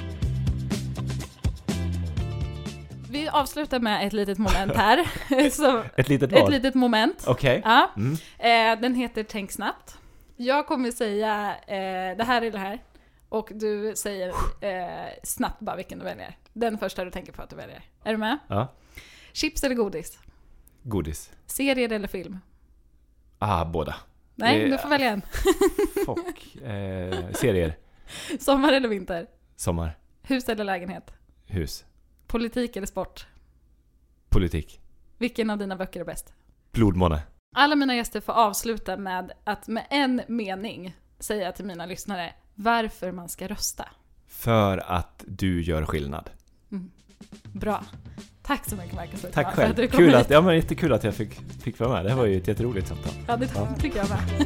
Vi avslutar med ett litet moment här. Så, ett litet vad? Ett litet moment. Okej. Okay. Ja. Mm. Eh, den heter Tänk snabbt. Jag kommer säga eh, det här är det här. Och du säger eh, snabbt bara vilken du väljer. Den första du tänker på att du väljer. Är du med? Ja. Chips eller godis? Godis. Serier eller film? Ah, båda. Nej, du får välja en. Fuck. Eh, serier. Sommar eller vinter? Sommar. Hus eller lägenhet? Hus. Politik eller sport? Politik. Vilken av dina böcker är bäst? Blodmåne. Alla mina gäster får avsluta med att med en mening säga till mina lyssnare varför man ska rösta. För att du gör skillnad. Mm. Bra. Tack så mycket, Marcus. Tack själv. Att Kul att, ja, men jättekul att jag fick, fick vara med. Det här var ju ett jätteroligt samtal. Ja, det ja. tycker jag med.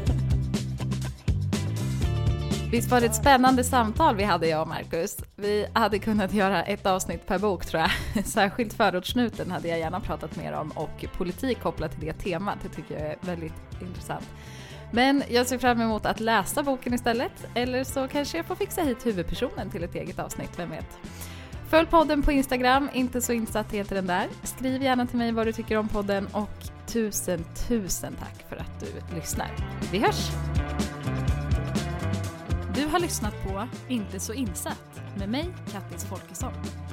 Visst var det ett spännande samtal vi hade, jag och Marcus. Vi hade kunnat göra ett avsnitt per bok, tror jag. Särskilt förortssnuten hade jag gärna pratat mer om, och politik kopplat till det temat. Det tycker jag är väldigt intressant. Men jag ser fram emot att läsa boken istället. Eller så kanske jag får fixa hit huvudpersonen till ett eget avsnitt, vem vet. Följ podden på Instagram, inte så insatt heter den där. Skriv gärna till mig vad du tycker om podden, och tusen, tusen tack för att du lyssnar. Vi hörs! Du har lyssnat på Inte så insatt med mig, Kattis Folkesson.